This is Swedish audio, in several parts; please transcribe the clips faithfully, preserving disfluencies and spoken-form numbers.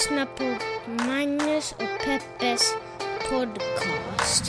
lyssnar på Magnus och Peppes podcast.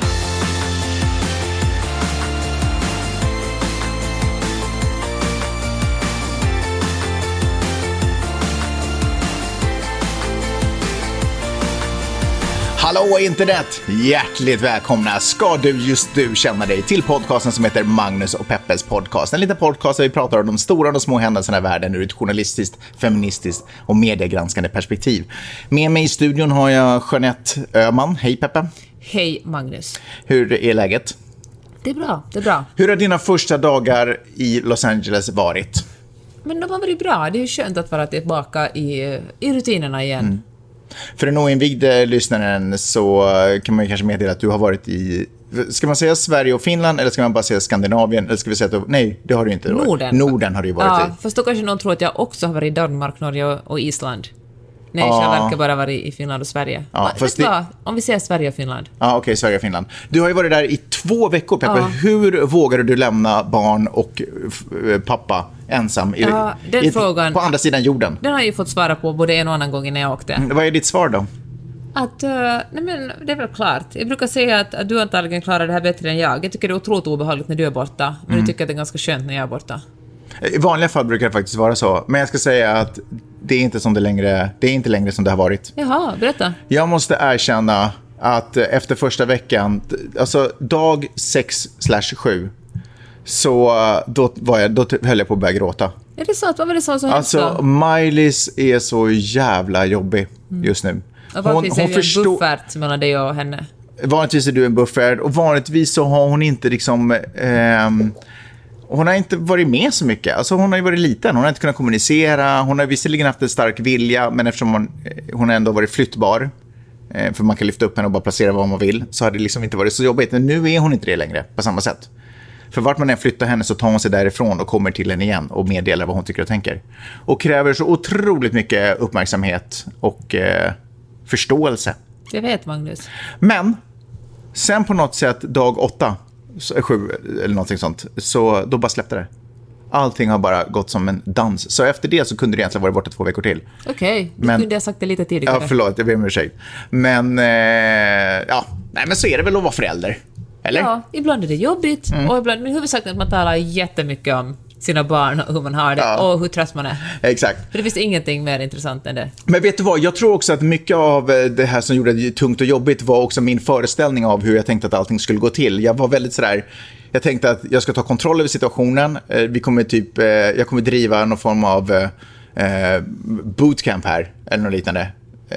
Hallå internet! Hjärtligt välkomna ska du just du känna dig till podcasten som heter Magnus och Peppes podcast. En liten podcast där vi pratar om de stora och de små händelserna i världen ur ett journalistiskt, feministiskt och mediegranskande perspektiv. Med mig i studion har jag Jeanette Öhman. Hej Peppe! Hej Magnus! Hur är läget? Det är bra, det är bra. Hur har dina första dagar i Los Angeles varit? Men de har varit bra. Det är ju skönt att vara tillbaka i, i rutinerna igen. Mm. För den oinvigde lyssnaren så kan man ju kanske meddela att du har varit i, ska man säga Sverige och Finland eller ska man bara säga Skandinavien eller ska vi säga att du, nej, det har du inte. Norden. Norden har du ju varit ja, i. Fast då kanske någon tror att jag också har varit i Danmark, Norge och Island. Nej, ja. Jag verkar bara varit i Finland och Sverige. Ja, vet det... vad? Om vi säger Sverige och Finland. Ja, okej, okay, Sverige och Finland. Du har ju varit där i två veckor, Peppe. Ja. Hur vågar du lämna barn och pappa ensam i, ja, den i, frågan, på andra sidan jorden? Den har jag ju fått svara på både en och annan gång innan jag åkte. Mm, vad är ditt svar då? Att, uh, nej men det är väl klart. Jag brukar säga att, att du antagligen klarar det här bättre än jag. Jag tycker det är otroligt obehagligt när du är borta. Men mm. du tycker att det är ganska skönt när jag är borta. I vanliga fall brukar det faktiskt vara så. Men jag ska säga att det är inte som det längre, det är inte längre som det har varit. Jaha, berätta. Jag måste erkänna att efter första veckan, alltså dag sex slash sju, så då, var jag, då höll jag på att börja gråta. Är det så? Vad var det så som Alltså, Miley's är så jävla jobbig just nu. Och vanligtvis är det en buffert mellan dig och henne. Vanligtvis är du en buffert och vanligtvis så har hon inte liksom... Ehm, hon har inte varit med så mycket. Alltså hon har ju varit liten. Hon har inte kunnat kommunicera. Hon har visserligen haft en stark vilja, men eftersom hon, hon har ändå varit flyttbar, eh, för man kan lyfta upp henne och bara placera vad man vill, så har det liksom inte varit så jobbigt. Men nu är hon inte det längre på samma sätt. För vart man än flyttar henne så tar hon sig därifrån och kommer till henne igen och meddelar vad hon tycker och tänker. Och kräver så otroligt mycket uppmärksamhet och eh, förståelse. Jag vet, Magnus. Men sen på något sätt dag åtta, sju eller någonting sånt, så då bara släppte det. Allting har bara gått som en dans. Så efter det så kunde det egentligen vara borta två veckor till. Okej, okay. Men kunde jag sagt det lite tidigare. Ja, förlåt, jag ber om ursäkt. Men, eh, ja, nej, men så är det väl att vara förälder. Eller? Ja, ibland är det jobbigt. Mm. Och ibland, men huvudsakligen att man talar jättemycket om sina barn och hur man har det, ja. Och hur trött man är. Exakt. För det finns ingenting mer intressant än det. Men vet du vad, jag tror också att mycket av det här som gjorde det tungt och jobbigt var också min föreställning av hur jag tänkte att allting skulle gå till. Jag var väldigt sådär, jag tänkte att jag ska ta kontroll över situationen. Vi kommer typ, jag kommer driva någon form av eh, bootcamp här, eller något liknande.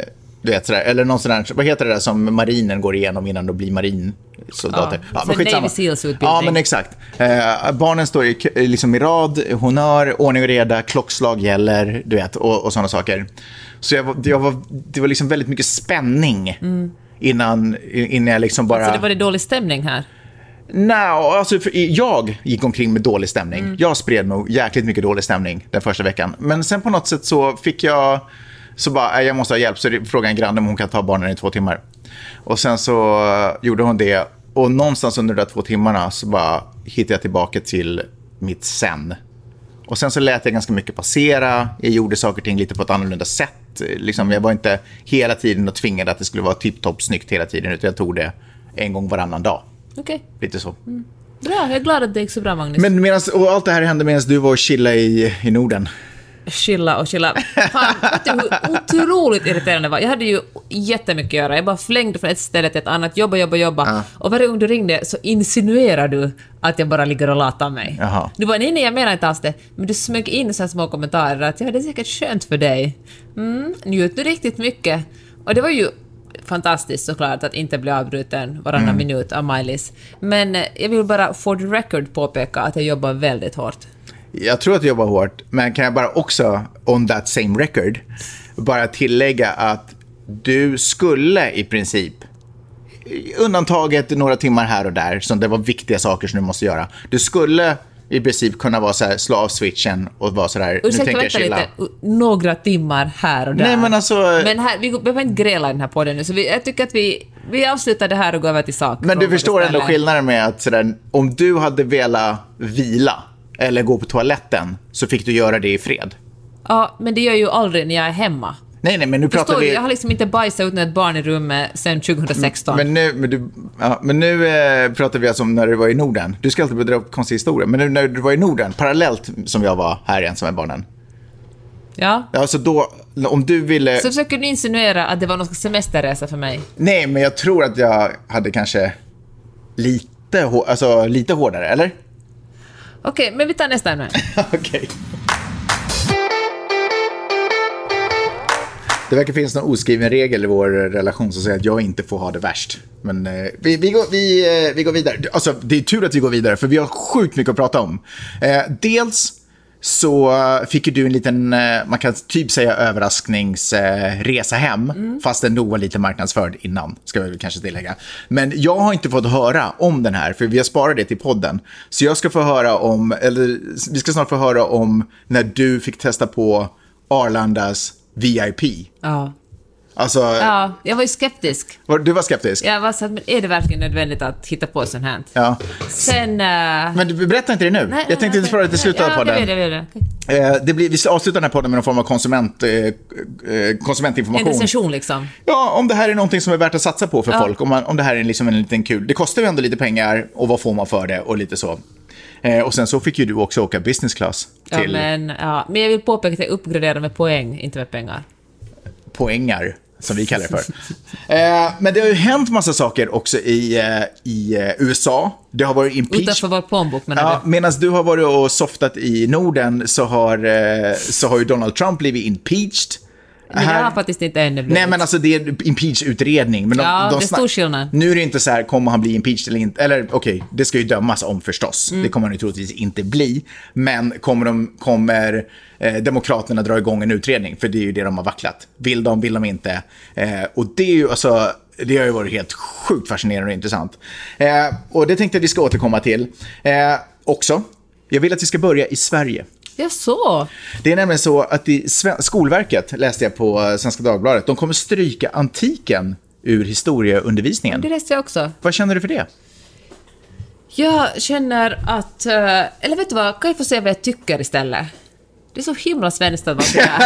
Du vet, sådär, eller någon sån där, vad heter det där som marinen går igenom innan de blir marinsoldater? Ja, ja, men Navy Seals-utbildning. Ja, men exakt. Eh, barnen står i, liksom i rad, honör, ordning och reda, klockslag gäller, du vet, och, och sådana saker. Så jag var, jag var, det var liksom väldigt mycket spänning mm. innan, innan jag liksom bara... Så det var det dålig stämning här? Nej, no, alltså för jag gick omkring med dålig stämning. Mm. Jag spred nog jäkligt mycket dålig stämning den första veckan. Men sen på något sätt så fick jag... Så bara, jag måste ha hjälp. Så frågade en granne om hon kan ta barnen i två timmar. Och sen så gjorde hon det. Och någonstans under de där två timmarna så bara hittade jag tillbaka till mitt sen. Och sen så lät jag ganska mycket passera. Jag gjorde saker och ting lite på ett annorlunda sätt. Liksom, jag var inte hela tiden och tvingad att det skulle vara tipptopp snyggt hela tiden. Utan jag tog det en gång varannan dag. Okej. Okay. Lite så. Mm. Bra, jag är glad att det gick så bra, Magnus. Men medans, och allt det här hände medan du var och chilla i, i Norden. Chilla och chilla. Fan, vet du hur otroligt irriterande det var? Jag hade ju jättemycket att göra. Jag bara flängde från ett ställe till ett annat. Jobba, jobba, jobba. Uh. Och varje gång du ringde så insinuerar du att jag bara ligger och latar mig. Uh-huh. Du bara, nej, nej, jag menar inte alls det. Men du smög in så här små kommentarer att ja, det är säkert skönt för dig. Mm, njut du riktigt mycket. Och det var ju fantastiskt såklart att inte bli avbruten varannan mm. minut av Miley's. Men jag vill bara for the record påpeka att jag jobbar väldigt hårt. Jag tror att jag jobbar hårt, men kan jag bara också, on that same record, bara tillägga att du skulle i princip, undantaget några timmar här och där, som det var viktiga saker som du måste göra, du skulle i princip kunna vara så här, slå av switchen och vara så där, nu tänker jag chilla. Lite, några timmar här och där. Nej, men alltså... Men här, vi behöver inte gräla i den här podden nu, så vi, jag tycker att vi, vi avslutar det här och går över till sak. Men du förstår ändå skillnaden med att så där, om du hade velat vila eller gå på toaletten så fick du göra det i fred. Ja, men det gör ju aldrig när jag är hemma. Nej, nej, men nu pratar Förstår vi... du? Jag har liksom inte bajsat utan ett barn i rummet sedan tjugohundrasexton. Men nu, men du, ja, men nu eh, pratar vi alltså om när du var i Norden. Du ska alltid dra upp konstiga historier. Men nu när du var i Norden, parallellt som jag var här ensam med barnen. Ja. Alltså då, om du ville... Så försöker du insinuera att det var någon semesterresa för mig? Nej, men jag tror att jag hade kanske lite, hår, alltså, lite hårdare, eller? Okej, okay, men vi tar nästa ämne. Okej. Okay. Det verkar finnas någon oskriven regel i vår relation som säger att jag inte får ha det värst. Men eh, vi, vi, går, vi, eh, vi går vidare. Alltså, det är tur att vi går vidare, för vi har sjukt mycket att prata om. Eh, dels så fick ju du en liten, eh, man kan typ säga överraskningsresa eh, hem, mm. fast den nog var lite marknadsförd innan, ska vi kanske tillägga. Men jag har inte fått höra om den här, för vi har sparat det till podden. Så jag ska få höra om, eller vi ska snart få höra om när du fick testa på Arlandas V I P. Ja. Alltså, ja, jag var ju skeptisk. Var, du var skeptisk? Jag var så att, men är det verkligen nödvändigt att hitta på sånt här? Ja. Sen... Uh... Men du berättar inte det nu. Nej, jag tänkte inte spara det till slutet av podden. Ja, det vill det. Okay. Det blir, vi avslutar den här podden med någon form av konsument, eh, konsumentinformation. En recension liksom. Ja, om det här är någonting som är värt att satsa på för ja. folk. Om, man, om det här är liksom en liten kul... Det kostar ju ändå lite pengar, och vad får man för det och lite så. Eh, och sen så fick ju du också åka business class till... Ja, men, ja, men jag vill påpeka att jag uppgraderar med poäng, inte med pengar. Poängar, som vi kallar det för. eh, men det har ju hänt massa saker också i, eh, i eh, U S A. Det har varit impeach. Utanför vår plånbok, menar ja, du? Medan du har varit och softat i Norden så har, eh, så har ju Donald Trump blivit impeached. Men det har faktiskt inte ännu blivit. Nej, men alltså det är impeach-utredning. Men de, ja, de det är stor skillnad. Nu är det inte så här, kommer han bli impeached eller inte? Eller okej, okay, det ska ju dömas om förstås. Mm. Det kommer han ju troligtvis inte bli. Men kommer, de, kommer eh, demokraterna dra igång en utredning? För det är ju det de har vacklat. Vill de, vill de inte? Eh, och det är ju alltså... Det har ju varit helt sjukt fascinerande och intressant. Eh, och det tänkte jag vi ska återkomma till. Eh, också, jag vill att vi ska börja i Sverige. Ja, så. Det är nämligen så att i Skolverket, läste jag på Svenska Dagbladet, de kommer stryka antiken ur historieundervisningen. Det läste jag också. Vad känner du för det? Jag känner att... Eller vet du vad, kan jag få se vad jag tycker istället? Det är så himla svenskt att vara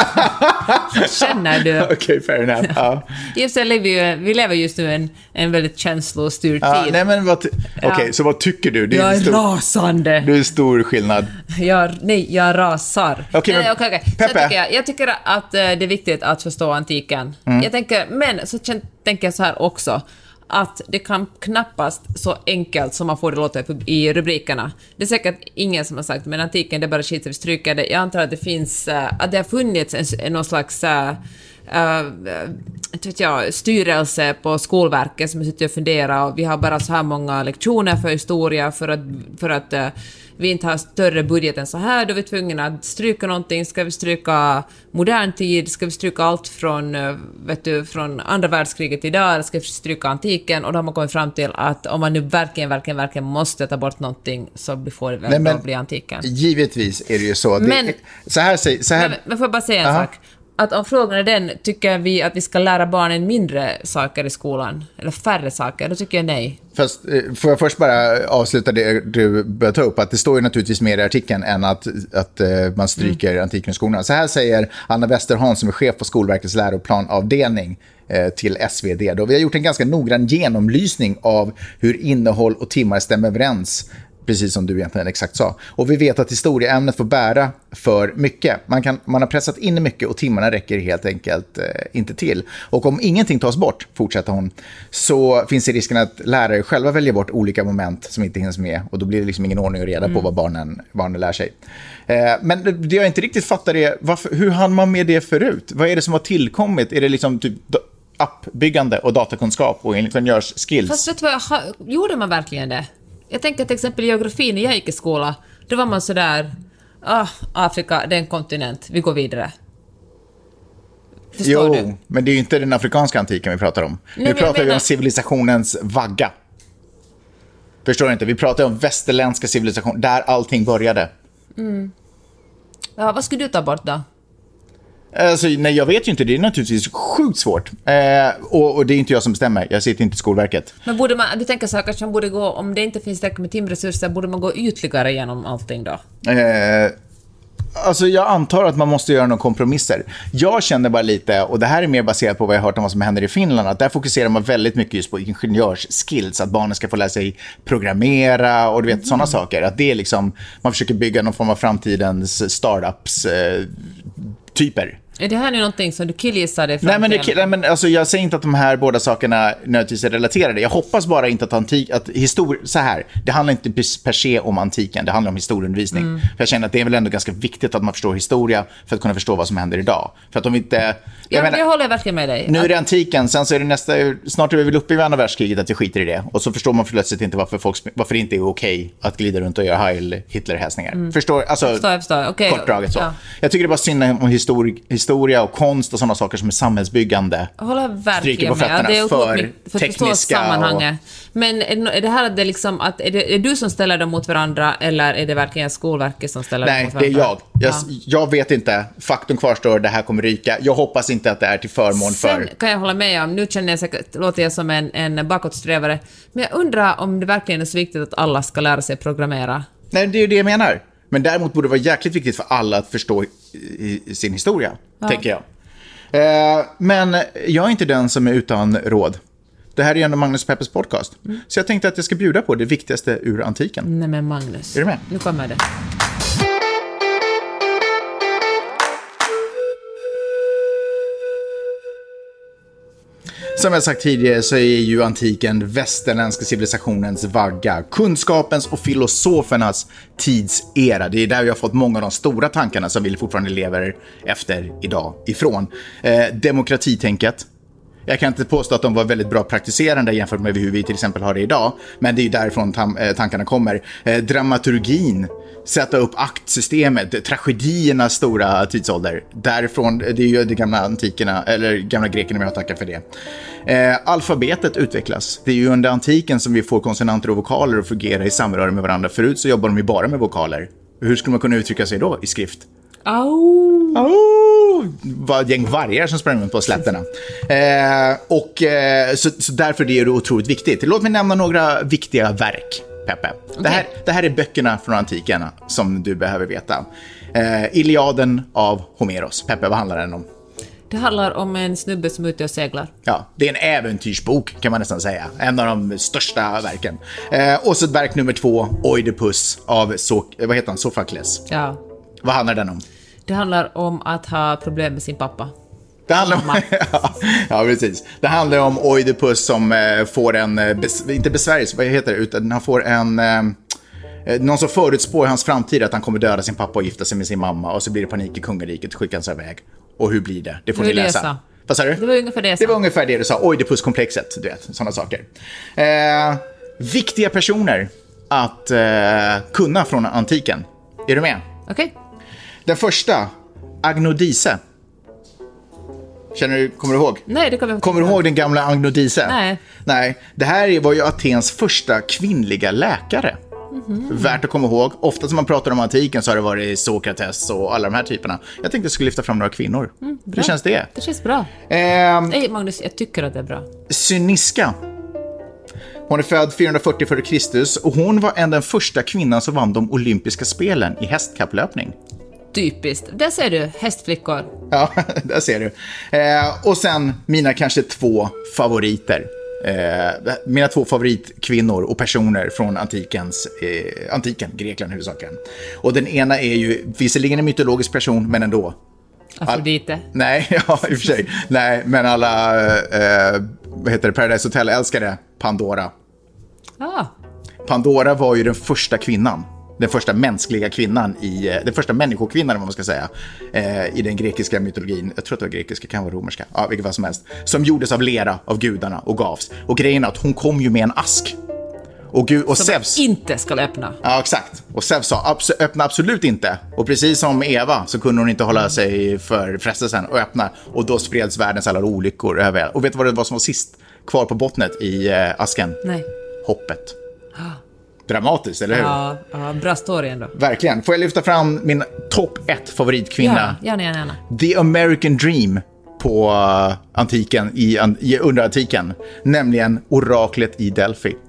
sådär. Känner du? Okej, okay, fair enough. Ja. Just det, vi, vi lever just nu en, en väldigt känslostyrd ja, tid. Nej, men vad... Okej, okay, ja. Så vad tycker du? Det är jag är stor... rasande. Det är stor skillnad. Jag, nej, jag rasar. Okej, okay, men... okay, okay. Peppe. Jag, tycker, jag tycker att det är viktigt att förstå antiken. Mm. Jag tänker, men så tänker jag så här också. Att det kan knappast så enkelt som man får det låta i rubrikerna. Det är säkert ingen som har sagt, men antiken, det är bara skit, vi stryker det. Jag antar att det finns, att det har funnits en, någon slags uh, uh, inte vet jag, styrelse på Skolverket som sitter och funderar, och vi har bara så här många lektioner för historia för att, för att uh, vi inte har större budget än så här, då är vi tvungna att stryka någonting. Ska vi stryka modern tid? Ska vi stryka allt från, vet du, från andra världskriget till idag? Ska vi stryka antiken? Och då har man kommit fram till att om man nu verkligen, verkligen, verkligen måste ta bort någonting, så får det väl Nej, men, bli antiken. Givetvis är det ju så. Men, det, så här, så här, men, men får jag bara säga en aha. sak? Att om frågan är den, tycker vi att vi ska lära barnen mindre saker i skolan? Eller färre saker? Då tycker jag nej. Fast, får jag först bara avsluta det du började ta upp, att det står ju naturligtvis mer i artikeln än att, att man stryker mm. antiken i skolan. Så här säger Anna Westerholm, som är chef på Skolverkets läroplanavdelning, till S V D. Då vi har gjort en ganska noggrann genomlysning av hur innehåll och timmar stämmer överens, precis som du egentligen exakt sa. Och vi vet att historieämnet får bära för mycket. Man, kan, man har pressat in mycket och timmarna räcker helt enkelt eh, inte till. Och om ingenting tas bort, fortsätter hon, så finns det risken att lärare själva väljer bort olika moment som inte hinns med. Och då blir det liksom ingen ordning och reda mm. på vad barnen, barnen lär sig. Eh, men det jag inte riktigt fattar är, varför, hur hann man med det förut? Vad är det som har tillkommit? Är det liksom typ appbyggande och datakunskap och ingenjörsskills? Fast vet du vad, gjorde man verkligen det? Jag tänker till exempel geografi, när jag gick i skola, då var man sådär, ah, Afrika, det är en kontinent, vi går vidare. Förstår jo, du? Men det är ju inte den afrikanska antiken vi pratar om. Nej, nu pratar vi om civilisationens vagga. Förstår du inte? Vi pratar om västerländska civilisation, där allting började. Mm. Ja, vad skulle du ta bort då? Alltså, nej, jag vet ju inte. Det är naturligtvis sjukt svårt. Eh, och, och det är inte jag som bestämmer. Jag sitter inte i Skolverket. Men borde man, du tänker så här, kanske man borde gå, om det inte finns tillräckligt med timresurser, borde man gå ytligare genom allting då? Eh, Alltså jag antar att man måste göra några kompromisser. Jag känner bara lite, och det här är mer baserat på vad jag har hört om vad som händer i Finland, att där fokuserar man väldigt mycket just på ingenjörsskills, att barnen ska få lära sig programmera och du vet mm. sådana saker. Att det är liksom, man försöker bygga någon form av framtidens startups eh, typer. Är det här nu någonting som du killgissar dig fram Nej, men, det, nej, men alltså, jag säger inte att de här båda sakerna nödvändigtvis är relaterade. Jag hoppas bara inte att antik, att histori- så här, det handlar inte per se om antiken, det handlar om historieundervisning. Mm. För jag känner att det är väl ändå ganska viktigt att man förstår historia för att kunna förstå vad som händer idag. För att om vi inte... Jag, ja, menar, jag håller verkligen med dig. Nu är det antiken, sen så är det nästa, snart är vi väl uppe i andra världskriget att vi skiter i det. Och så förstår man plötsligt inte varför, folk, varför det inte är okej att glida runt och göra Heil Hitler-häsningar. Mm. Förstår, alltså, jag förstår, jag förstår. Okay. Kortdraget så. Ja. Jag tycker det är bara synd om histori- historia och konst och sådana saker som är samhällsbyggande. Jag håller verkligen på fötterna med. Ja, det är för, för tekniska sammanhanget. Och... Men är det här det liksom att är det, är du som ställer dem mot varandra eller är det verkligen Skolverket som ställer Nej, dem mot varandra? Nej, det är jag. Jag, ja. jag vet inte. Faktum kvarstår, det här kommer ryka. Jag hoppas inte att det är till förmån Sen för... Sen kan jag hålla med om, nu känner jag säkert, låter jag som en, en bakåtsträvare, men jag undrar om det verkligen är så viktigt att alla ska lära sig programmera. Nej, det är ju det jag menar. Men däremot borde det vara jäkligt viktigt för alla att förstå i, i sin historia, ja. tänker jag. Eh, men jag är inte den som är utan råd. Det här är ju ändå Magnus Peppers podcast. Mm. Så jag tänkte att jag ska bjuda på det viktigaste ur antiken. Nej men Magnus. Är du med? Nu kommer det. Som jag sagt tidigare så är ju antiken västerländska civilisationens vagga. Kunskapens och filosofernas tidsera. Det är där vi har fått många av de stora tankarna som vi fortfarande lever efter idag ifrån. Eh, demokratitänket. Jag kan inte påstå att de var väldigt bra praktiserande jämfört med hur vi till exempel har det idag. Men det är ju därifrån tam- tankarna kommer. Eh, dramaturgin. Sätta upp aktsystemet, tragediernas stora tidsålder. Därifrån, det är ju de gamla antikerna, eller gamla grekerna, men jag tackar för det. Eh, alfabetet utvecklas. Det är ju under antiken som vi får konsonanter och vokaler att fungera i samröre med varandra. Förut så jobbar de ju bara med vokaler. Hur skulle man kunna uttrycka sig då i skrift? Au! Au! Var ett gäng vargar som sprang på slätterna. Eh, och eh, så, så därför är det otroligt viktigt. Låt mig nämna några viktiga verk. Peppe. Okay. Det, här, det här är böckerna från antiken som du behöver veta. Eh, Iliaden av Homeros. Peppe, vad handlar den om? Det handlar om en snubbe som är ute och seglar. Ja, det är en äventyrsbok kan man nästan säga. En av de största verken. Eh, och så verk nummer två, Oidipus av so- vad heter han? Sofokles. Ja. Vad handlar den om? Det handlar om att ha problem med sin pappa. Det handlar om, ja, precis. Det handlar om Oidipus som eh, får en, bes, inte besvärjelse, vad heter det, utan han får en, eh, någon som förutspår hans framtid att han kommer döda sin pappa och gifta sig med sin mamma och så blir det panik i kungariket och skickar han sig iväg. Och hur blir det? Det får det ni läsa. Det vad sa du? Det var ungefär det jag sa. Det var ungefär det du sa, Oidipus-komplexet, du vet, sådana saker. Eh, viktiga personer att eh, kunna från antiken. Är du med? Okej. Okay. Den första, Agnodice. Känner du, kommer du ihåg? Nej, det kommer jag inte. Kommer du ihåg den gamla Agnodice? Nej. Nej, det här var ju Atens första kvinnliga läkare. Mm-hmm. Värt att komma ihåg. Ofta som man pratar om antiken så har det varit Sokrates och alla de här typerna. Jag tänkte att jag skulle lyfta fram några kvinnor. Mm, Hur känns det? Det känns bra. Eh, Nej, Magnus, jag tycker att det är bra. Cyniska. Hon är född fyrahundrafyrtio före Kristus och hon var en den första kvinnan som vann de olympiska spelen i hästkapplöpning. Typiskt. Där ser du, hästflickor. Ja, där ser du. Eh, och sen mina kanske två favoriter. Eh, mina två favoritkvinnor och personer från antikens, eh, antiken, Grekland huvudsakligen. Och den ena är ju visserligen en mytologisk person, men ändå. Afrodite. All... Nej, ja, i och för sig. Nej, men alla, eh, vad heter det, Paradise Hotel-älskare, Pandora. Ah. Pandora var ju den första kvinnan. Den första mänskliga kvinnan i, den första människokvinnan, vad man ska säga, eh, i den grekiska mytologin. Jag tror att det var grekiska, kan vara romerska. Ja, vilket vad som helst. Som gjordes av lera av gudarna och gavs. Och grejen är att hon kom ju med en ask. Och, Gud, och som Zeus inte ska öppna. Ja, exakt. Och Zeus sa, abs- öppna absolut inte. Och precis som Eva så kunde hon inte hålla sig för frestelsen och öppna. Och då spreds världens alla olyckor över. Och vet du vad det var som var sist kvar på bottnet i eh, asken? Nej. Hoppet. Dramatiskt, eller hur? Ja, ja, bra story ändå. Verkligen. Får jag lyfta fram min topp ett favoritkvinna? Ja, gärna, gärna, gärna. The American Dream på uh, antiken, i, i, under antiken. Nämligen oraklet i Delphi.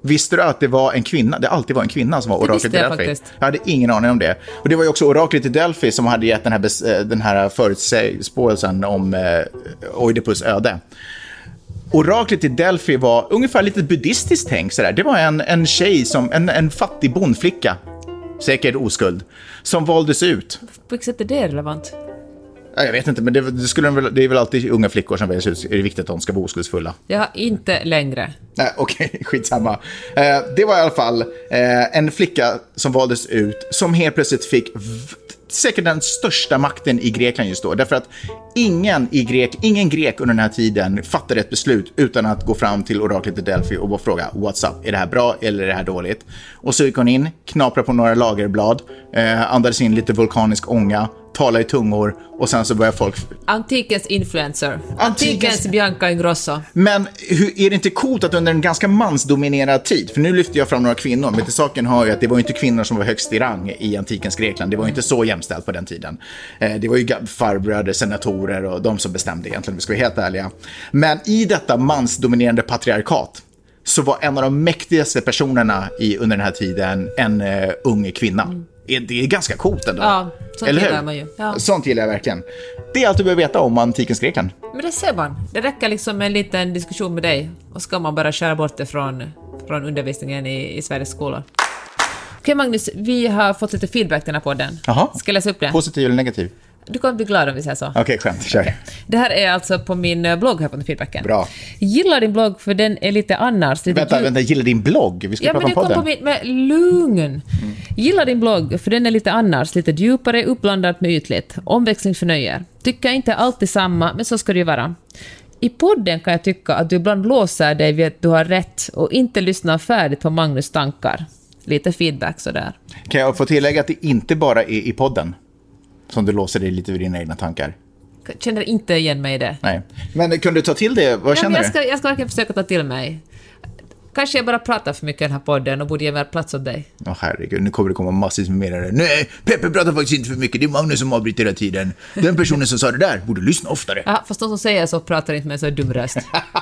Visste du att det var en kvinna? Det alltid var en kvinna som var oraklet i jag Delphi. Faktiskt. Jag hade ingen aning om det. Och det var ju också oraklet i Delphi som hade gett den här, den här förutsägelsen om eh, Oidipus öde. Oraklet i Delphi var ungefär lite buddhistiskt tänk sådär. Det var en, en tjej, som, en, en fattig bondflicka, säkert oskuld, som valdes ut. På vilket sätt är det relevant? Jag vet inte, men det, det, skulle väl, det är väl alltid unga flickor som väljs ut. Är det viktigt att de ska vara oskuldsfulla? Ja, inte längre. Nej, okej, okay, skitsamma. Eh, det var i alla fall eh, en flicka som valdes ut som helt plötsligt fick v- säkert den största makten i Grekland just då. Därför att ingen, i grek, ingen grek under den här tiden fattade ett beslut utan att gå fram till oraklet i Delphi och bara fråga what's up, är det här bra eller är det här dåligt? Och så gick hon in, knaprade på några lagerblad, eh, andades in lite vulkanisk ånga, tala i tungor och sen så börjar folk... Antikens influencer. Antikens, Antikens Bianca Ingrosso. Men hur, är det inte coolt att under en ganska mansdominerad tid, för nu lyfter jag fram några kvinnor, men till saken har ju att det var inte kvinnor som var högst i rang i antikens Grekland. Det var inte så jämställt på den tiden. Eh, det var ju farbröder, senatorer och de som bestämde egentligen, om vi ska vara helt ärliga. Men i detta mansdominerande patriarkat så var en av de mäktigaste personerna i, under den här tiden en uh, ung kvinna. Mm. Det är ganska coolt ändå. Ja, sånt eller gillar hur? man ju. Ja. Sånt gillar jag verkligen. Det är allt du behöver veta om antikens Grekland. Men det ser man. Det räcker liksom med en liten diskussion med dig. Och ska man bara köra bort det från, från undervisningen i, i Sveriges skolor. Okej Magnus, vi har fått lite feedback den här podden. Aha. Ska jag läsa upp det? Positiv eller negativ? Du kommer bli glad om vi säger så. Okej, okay, skönt. Kör. Okay. Det här är alltså på min blogg här på den feedbacken. Bra. Gillar din blogg för den är lite annars. Lite vänta, djup... vänta, gillar din blogg? Vi ska ja, prata men om det podden. Kom på min... Men lugn. Mm. Gillar din blogg för den är lite annars. Lite djupare, uppblandat med ytligt. Omväxlingsförnöjer. Tycker inte alltid samma, men så ska det ju vara. I podden kan jag tycka att du ibland blåser dig vid att du har rätt och inte lyssnar färdigt på Magnus tankar. Lite feedback sådär. Kan jag få tillägga att det inte bara är i podden som du låser dig lite vid dina egna tankar? Känner inte igen mig i det. Nej. Men kunde du ta till det? Vad ja, känner jag du? ska, jag ska verkligen försöka ta till mig. Kanske jag bara pratar för mycket i den här podden och borde ge mer plats åt dig. Åh oh, herregud, nu kommer det komma massivt med det. Nej, Peppe pratar faktiskt inte för mycket. Det är Magnus som avbryter hela tiden. Den personen som sa det där borde lyssna oftare. Ja, fast de som säger så pratar inte med så dum röst.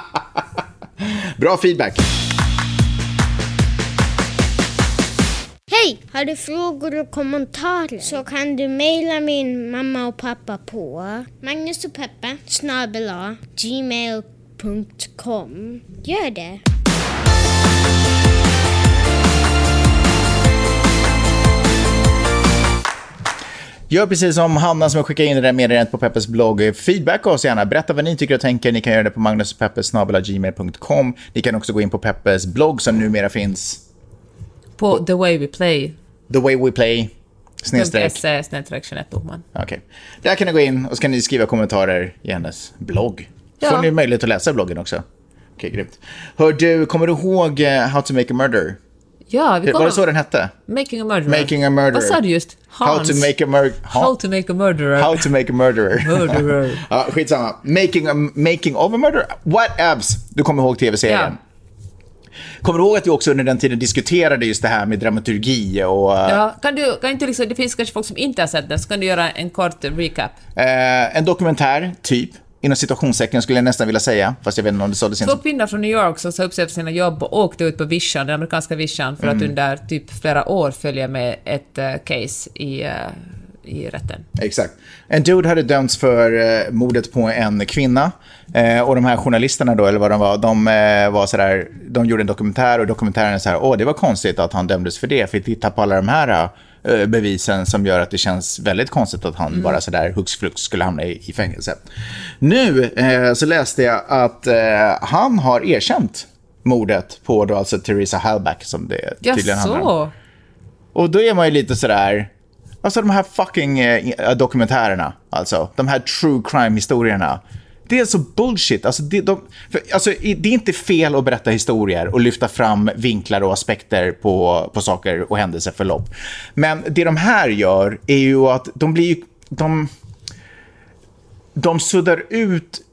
Bra feedback. Hej! Har du frågor och kommentarer så kan du mejla min mamma och pappa på magnus och peppe snabel-a gmail punkt com. Gör det! Gör precis som Hanna som har skickat in det där meddelandet på Peppes blogg. Feedback oss gärna. Berätta vad ni tycker och tänker. Ni kan göra det på magnus och peppe snabel-a gmail punkt com. Ni kan också gå in på Peppes blogg som numera finns På The Way We Play. The Way We Play. Snedstreck. .se snedstreck Jeanette Bohman. Okej. Okay. Där kan ni gå in och så kan ni skriva kommentarer i hennes blogg. Ja. Får ni möjlighet att läsa bloggen också. Okej, okay, grymt. Hör du, kommer du ihåg uh, How to Make a Murder? Ja, vi kommer... Var det så den hette? Making a Murderer. Making a Murderer. Vad sa du just? Hans. How to make a murder. How to make a murderer. How to make a murderer. Murderer. Ja, skitsamma. Making, a, making of a murderer. What abs? Du kommer ihåg tv-serien. Ja. Kommer du ihåg att vi också under den tiden diskuterade just det här med dramaturgi och... Ja, kan du, kan inte liksom, det finns kanske folk som inte har sett den, så kan du göra en kort recap. Eh, en dokumentär, typ. Inom situationstecken skulle jag nästan vilja säga, fast jag vet inte om det sa det sen. Två kvinnor från New York som sa upp sig för sina jobb och åkte ut på Vischan, den amerikanska Vischan, för mm. att under typ flera år följa med ett uh, case i, uh, i rätten. Exakt. En dude hade dömts för uh, mordet på en kvinna. Uh, och de här journalisterna då, eller vad de var, de uh, var sådär, de gjorde en dokumentär och dokumentären är så här, åh, det var konstigt att han dömdes för det, för titta på alla de här uh, bevisen som gör att det känns väldigt konstigt att han mm. bara sådär hux flux skulle hamna i, i fängelse. Nu uh, så läste jag att uh, han har erkänt mordet på då alltså Teresa Halbach som det ja, tydligen så. handlar om. Och då är man ju lite sådär, alltså de här fucking uh, dokumentärerna, alltså de här true crime-historierna. Det är så bullshit. Alltså det, de, för, alltså det är inte fel att berätta historier och lyfta fram vinklar och aspekter på, på saker och händelseförlopp. Men det de här gör är ju att de blir ju, de, de suddar ut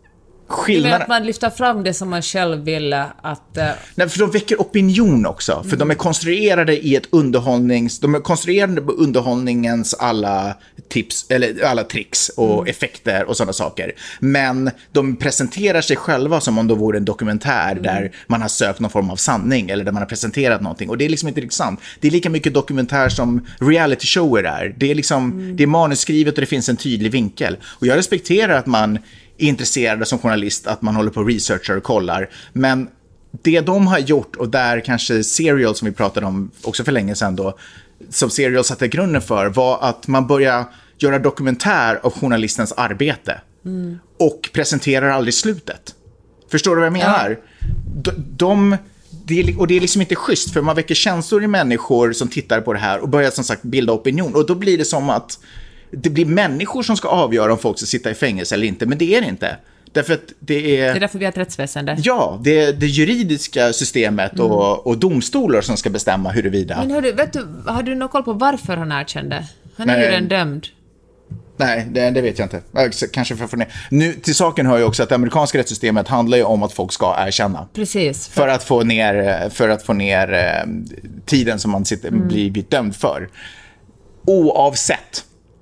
skillnaden... att man lyfter fram det som man själv vill att... Uh... Nej, för de väcker opinion också. För mm. de är konstruerade i ett underhållnings... De är konstruerade på underhållningens alla tips, eller alla tricks och mm. effekter och sådana saker. Men de presenterar sig själva som om det vore en dokumentär mm. där man har sökt någon form av sanning eller där man har presenterat någonting. Och det är liksom inte riktigt sant. Det är lika mycket dokumentär som reality shower är. Det är liksom, mm. det är manusskrivet och det finns en tydlig vinkel. Och jag respekterar att man är intresserad som journalist, att man håller på och researchar och kollar. Men det de har gjort, och där kanske Serial som vi pratade om också för länge sedan då, som Serial satte grunden för, var att man börjar göra dokumentär av journalistens arbete mm. och presenterar aldrig slutet. Förstår du vad jag menar? Ja. De, de, det är, och det är liksom inte schysst, för man väcker känslor i människor som tittar på det här och börjar som sagt bilda opinion. Och då blir det som att det blir människor som ska avgöra om folk ska sitta i fängelse eller inte, men det är det inte. Därför att det är... Det är därför vi har ett rättsväsende. Ja, det är det juridiska systemet mm. och, och domstolar som ska bestämma huruvida... Men hördu, vet du, har du någon koll på varför han erkände? Han är Nej. ju redan dömd. Nej, det, det vet jag inte. Kanske för att få ner. Nu, till saken hör ju också att det amerikanska rättssystemet handlar ju om att folk ska erkänna. Precis. För, för att få ner, för att få ner eh, tiden som man sitter, mm. blir, blir dömd för. Oavsett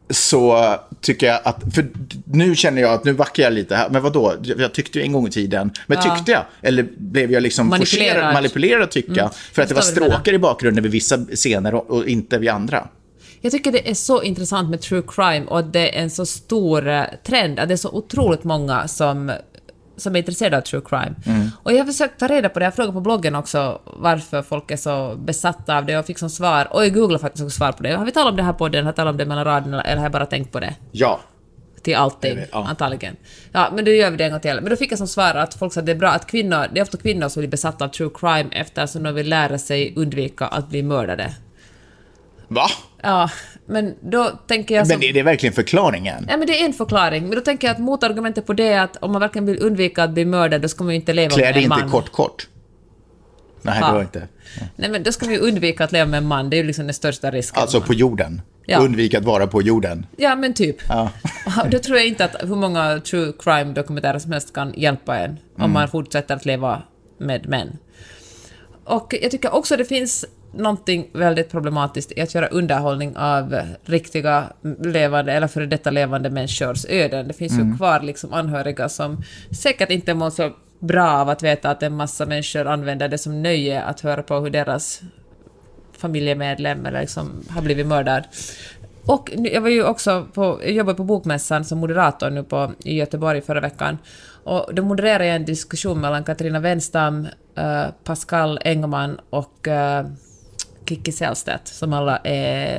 så tycker jag att, för nu känner jag att nu vackar jag lite här, men vadå? Jag tyckte ju en gång i tiden, men ja. tyckte jag, eller blev jag liksom manipulerad, forcerad, manipulerad att tycka, mm. för att det var stråkar i bakgrunden vid vissa scener och, och inte vid andra. Jag tycker det är så intressant med true crime och att det är en så stor trend, att det är så otroligt många som som är intresserade av true crime. Mm. Och jag har försökt ta reda på det. Jag frågade på bloggen också varför folk är så besatta av det och fick som svar. Och jag googlade faktiskt också svar på det. Har vi talat om det här på den? Har vi talat om det mellan raderna eller har jag bara tänkt på det? Ja. Till allting, ja. Antagligen. Ja, men då gör vi det en gång till. Men då fick jag som svar att folk sa att det är bra att kvinnor, det är ofta kvinnor som blir besatta av true crime eftersom de vill lära sig undvika att bli mördade. Va? Ja, men då tänker jag som... Men det är det verkligen förklaringen? Ja, men det är en förklaring. Men då tänker jag att motargumentet på det är att om man verkligen vill undvika att bli mördad, då ska man ju inte leva Klär med en man. Klär det inte kort-kort? Nej, ja. det var inte. Ja. Nej, men då ska vi undvika att leva med en man. Det är ju liksom den största risken. Alltså på jorden? Ja. Undvika att vara på jorden? Ja, men typ. Ja. Då tror jag inte att hur många true crime-dokumentärer som helst kan hjälpa en om mm. man fortsätter att leva med män. Och jag tycker också det finns någonting väldigt problematiskt i att göra underhållning av riktiga levande eller före detta levande människors öden. Det finns mm. ju kvar liksom anhöriga som säkert inte mår så bra av att veta att en massa människor använder det som nöje att höra på hur deras familjemedlem eller liksom har blivit mördad. Och jag var ju också på, jag jobbade på Bokmässan som moderator nu på, i Göteborg förra veckan. Och då modererade jag en diskussion mellan Katarina Wenstam, uh, Pascal Engman och uh, Kikki Sällstedt, som alla är...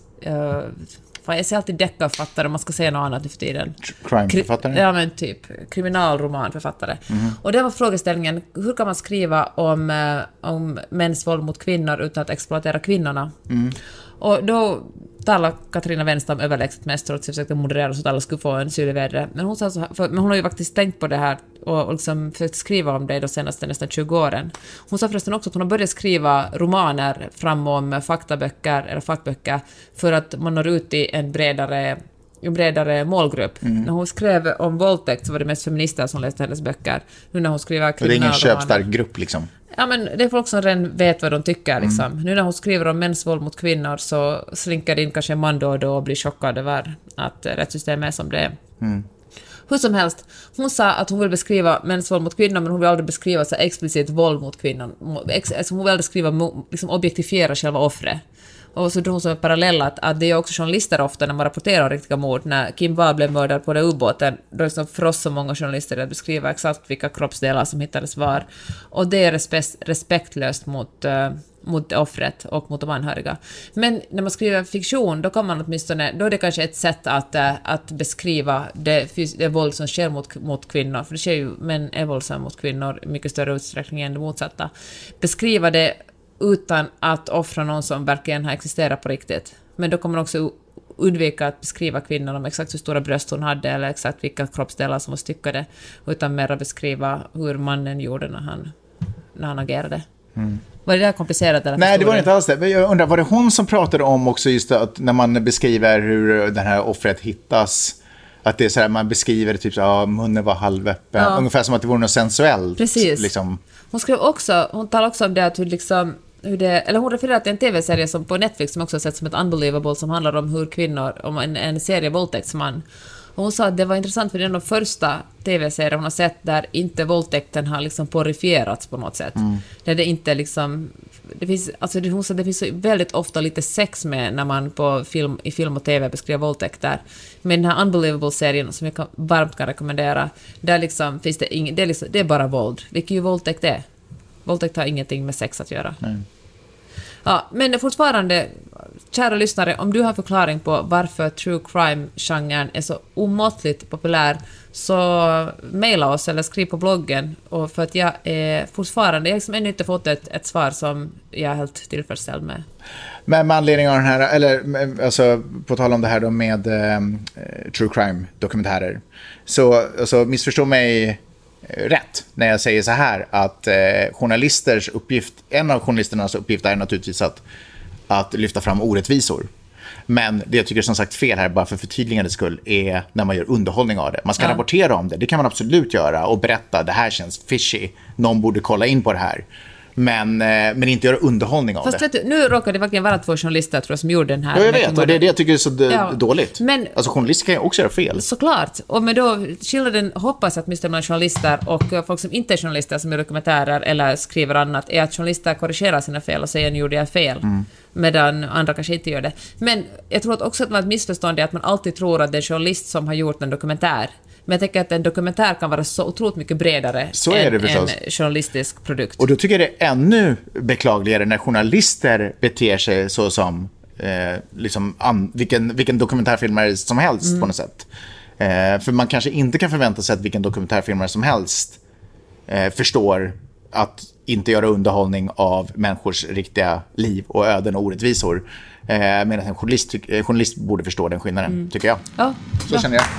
Uh, fan, jag ser alltid deckarförfattare om man ska säga något annat i för tiden. Crimeförfattare? Kri- ja, men typ. Kriminalromanförfattare. Mm. Och det var frågeställningen, hur kan man skriva om, uh, om mäns våld mot kvinnor utan att exploatera kvinnorna? Mm. Och då talade Katarina Wenstam överlägset mest, trots att jag försökte moderera så att alla skulle få en syl i vädret. Men hon sa så här, för, men hon har ju faktiskt tänkt på det här och, och liksom försökt skriva om det de senaste nästan tjugo åren. Hon sa förresten också att hon har börjat skriva romaner framom faktaböcker eller fackböcker för att man når ut i en bredare, en bredare målgrupp. Mm. När hon skrev om våldtäkt så var det mest feminister som läste hennes böcker. Nu när hon skriver kriminalromaner... Det är ingen köpstark grupp liksom. Ja, men det är folk som redan vet vad de tycker. Liksom. Mm. Nu när hon skriver om mäns våld mot kvinnor så slinker det in kanske en man då och då och blir chockad över att rättssystemet är som det är. Mm. Hur som helst, hon sa att hon vill beskriva mäns våld mot kvinnor, men hon vill aldrig beskriva så explicit våld mot kvinnor. Alltså hon vill aldrig skriva, liksom objektifiera själva offret. Och så drog hon som en parallell att, att det är också journalister ofta när man rapporterar om riktiga mord. När Kim Wahl blev mördad på den ubåten, då är det för oss så många journalister att beskriva exakt vilka kroppsdelar som hittades var. Och det är respekt, respektlöst mot, uh, mot offret och mot de anhöriga. Men när man skriver fiktion, då kan man åtminstone, då är det kanske ett sätt att, uh, att beskriva det, det våld som sker mot, mot kvinnor. För det sker ju, män är våldsamma mot kvinnor i mycket större utsträckning än det motsatta. Beskriva det utan att offra någon som verkligen har existerat på riktigt. Men då kommer man också undvika att beskriva kvinnor om exakt hur stora bröst hon hade eller exakt vilka kroppsdelar som var styckade, utan mer att beskriva hur mannen gjorde när han, när han agerade. Mm. Var det där komplicerat? Eller Nej, det var inte alls det. Jag undrar, var det hon som pratade om också just att när man beskriver hur det här offret hittas, Att det är så här, man beskriver det typ så ja, munnen var halvöppen. Ja. Ungefär som att det vore något sensuellt. Precis. Liksom. Hon skrev också, hon talar också om det att hur liksom, hur det, eller hon refererar till en tv-serie som på Netflix som också har sett som ett Unbelievable som handlar om hur kvinnor, om en, en serie våldtäktsman. Och hon sa att det var intressant för det är de första tv-serier hon har sett där inte våldtäkten har liksom porifierats på något sätt. Mm. Där det inte liksom, det finns, alltså hon sa att det finns så väldigt ofta lite sex med när man på film, i film och tv beskriver våldtäkter. Men den här Unbelievable-serien som jag kan, varmt kan rekommendera, där liksom finns det ing, det är liksom, det är bara våld. Vilket ju våldtäkt är. Våldtäkt har ingenting med sex att göra. Nej. Ja, men fortfarande, kära lyssnare, om du har förklaring på varför true crime-genren är så omåttligt populär, så mejla oss eller skriv på bloggen. Och för att jag är fortfarande, jag har liksom ännu inte fått ett, ett svar som jag är helt tillfredsställd med. Men med anledning av den här, eller alltså, på tal om det här då med eh, true crime-dokumentärer, så alltså, missförstå mig rätt när jag säger så här att eh, journalisters uppgift, en av journalisternas uppgifter är naturligtvis att, att lyfta fram orättvisor. Men det jag tycker är som sagt fel här, bara för förtydligandets skull, är när man gör underhållning av det. Man ska ja. rapportera om det, det kan man absolut göra och berätta, det här känns fishy, någon borde kolla in på det här. Men, men inte göra underhållning av Fast det. Fast vet du, nu råkar det verkligen vara två journalister tror jag, som gjorde den här. Ja, jag vet, och det är det jag tycker är så d- ja. dåligt. Men, alltså journalister kan ju också göra fel. Såklart, och men då skillnaden hoppas att mister man journalister och folk som inte är journalister som gör dokumentärer eller skriver annat är att journalister korrigerar sina fel och säger nu gjorde jag fel. Mm. Medan andra kanske inte gör det. Men jag tror att också att man har ett missförstånd är att man alltid tror att det är en journalist som har gjort en dokumentär. Men jag tänker att en dokumentär kan vara så otroligt mycket bredare så är det än en journalistisk produkt. Och då tycker jag det är ännu beklagligare när journalister beter sig så som eh, liksom an, vilken, vilken dokumentärfilmare som helst mm. på något sätt. Eh, för man kanske inte kan förvänta sig att vilken dokumentärfilmare som helst eh, förstår att inte göra underhållning av människors riktiga liv och öden och orättvisor. Eh, medan en journalist, ty- journalist borde förstå den skillnaden, mm. tycker jag. Ja, så ja. känner jag.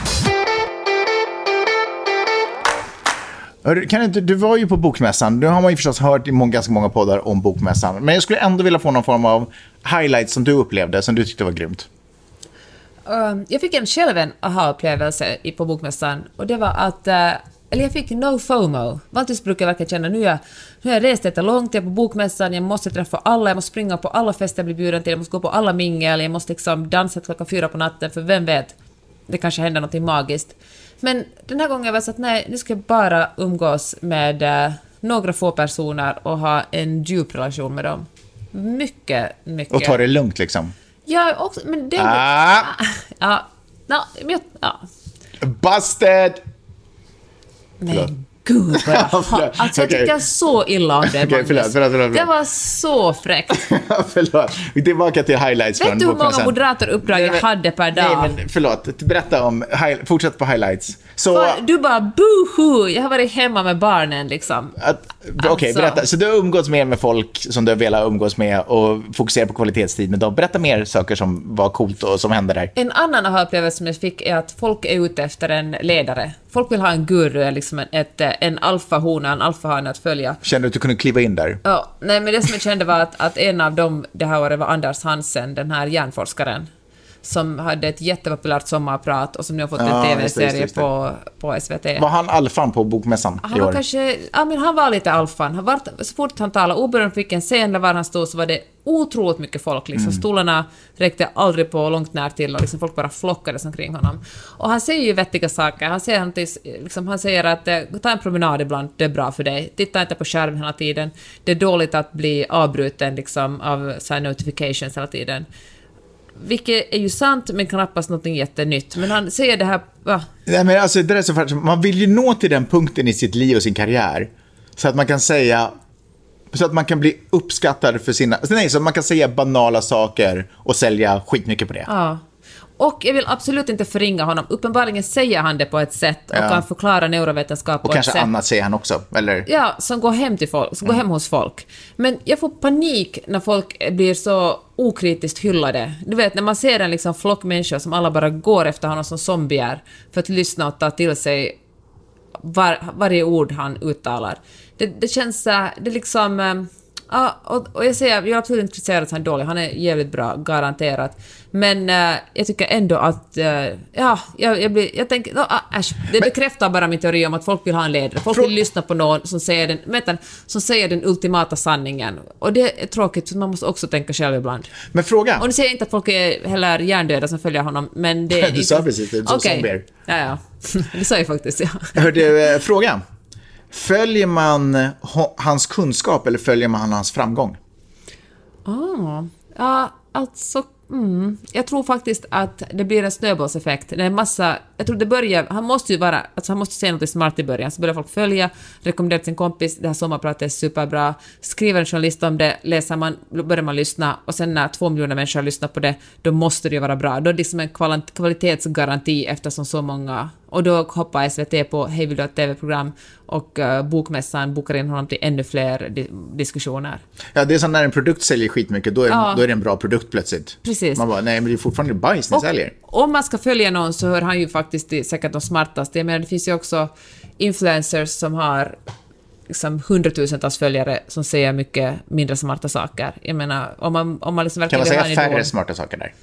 Kan inte, du var ju på Bokmässan. Nu har man ju förstås hört i många, ganska många poddar om Bokmässan. Men jag skulle ändå vilja få någon form av highlights som du upplevde, som du tyckte var grymt. Uh, jag fick en själv en aha-upplevelse på Bokmässan. Och det var att, uh, eller jag fick no FOMO. Vanligtvis brukar jag verkligen känna, nu har jag, nu har jag rest detta långt, jag är på Bokmässan, jag måste träffa alla, jag måste springa på alla fester jag blir bjuden till, jag måste gå på alla mingel, jag måste liksom dansa klockan fyra på natten, för vem vet, det kanske händer något magiskt. Men den här gången var det så att nej, nu ska jag bara umgås med uh, några få personer och ha en djup relation med dem. Mycket, mycket. Och ta det lugnt liksom. Ja, också, men det... Ah. Ja, no, men jag, ja. Busted! Men gud vad jag har... Alltså jag tycker så illa om det, okay, förlåt, förlåt, förlåt. Det var så fräckt. Förlåt. Tillbaka till highlights. Vet du hur många moderatoruppdrag jag hade per dag? Nej, men förlåt. Berätta om... Hi- fortsätt på highlights. Så... För, du bara, boohoo! Jag har varit hemma med barnen, liksom. Okej, okay, alltså. Berätta. Så du har umgåtts mer med folk som du vill umgås med och fokusera på kvalitetstid med dem. Berätta mer saker som var coolt och som hände där. En annan aha-upplevelse som jag fick är att folk är ute efter en ledare. Folk vill ha en guru, liksom en, ett, en alfahona, en alfahane att följa. Kände du att du kunde kliva in där? Ja, nej, men det som jag kände var att, att en av dem det här året var Anders Hansen, den här hjärnforskaren, som hade ett jättepopulärt sommarprat och som nu har fått ja, en tv-serie just det, just det. På, på S V T. Var han alfan på Bokmässan han i år? Var kanske, ja, men han var lite alfan. Han var, så fort han talade, oberoende fick en scen där var han stod så var det otroligt mycket folk. Liksom. Mm. Stolarna räckte aldrig på långt när till och liksom folk bara flockades omkring honom. Och han säger ju vettiga saker. Han säger, han, liksom, han säger att ta en promenad ibland, det är bra för dig. Titta inte på skärmen hela tiden. Det är dåligt att bli avbruten liksom, av så här notifications hela tiden. Vilket är ju sant, men knappast något jättenytt. Men han säger det här... Va? Nej, men alltså, det är så faktiskt, man vill ju nå till den punkten i sitt liv och sin karriär. Så att man kan säga... Så att man kan bli uppskattad för sina... Nej, så att man kan säga banala saker och sälja skitmycket på det. Ja. Och jag vill absolut inte förringa honom. Uppenbarligen säger han det på ett sätt och ja. Kan förklara neurovetenskap på och ett sätt. Och kanske annat säger han också, eller? Ja, som går hem till folk, som mm. går hem hos folk. Men jag får panik när folk blir så okritiskt hyllade. Du vet, när man ser en liksom flock människor som alla bara går efter honom som zombier för att lyssna och ta till sig var, varje ord han uttalar. Det, det känns, det är liksom... Ja, och, och jag säger, jag är absolut inte intresserad att han är dålig. Han är jävligt bra, garanterat. Men äh, jag tycker ändå att... Äh, ja, jag, jag, blir, jag tänker... No, äh, äsch, det men, bekräftar bara min teori om att folk vill ha en ledare. Folk vill lyssna på någon som säger den, vänta, som säger den ultimata sanningen. Och det är tråkigt, för man måste också tänka själv ibland. Men fråga... Och nu säger jag inte att folk är heller hjärndöda som följer honom, men det är... Du sa precis, det är så okay. som ber. Ja, ja. Det sa jag faktiskt, ja. Hör du, fråga. Följer man hans kunskap eller följer man hans framgång? Ah, ja, alltså... Mm. Jag tror faktiskt att det blir en snöbollseffekt. Det är en massa... Jag tror det börjar... Han måste ju vara... Alltså han måste säga något smart i början. Så börjar folk följa, rekommendera till sin kompis. Det här sommarpratet är superbra. Skriver en journalist om det, läser man, börjar man lyssna. Och sen när två miljoner människor lyssnar på det, då måste det ju vara bra. Då är det liksom en kvalitetsgaranti eftersom så många... Och då hoppar S V T på Hej, vill du ha ett tv-program? Och uh, bokmässan bokar in honom till ännu fler di- diskussioner. Ja, det är som när en produkt säljer skitmycket, då är, ja. då är det en bra produkt plötsligt. Precis. Man bara, nej men det är fortfarande bajs ni säljer. Om man ska följa någon så hör han ju faktiskt till säkert de smartaste. Jag menar, det finns ju också influencers som har liksom hundratusentals följare som säger mycket mindre smarta saker. Jag menar, om man, om man liksom verkligen... Kan man säga färre idol, smarta saker där?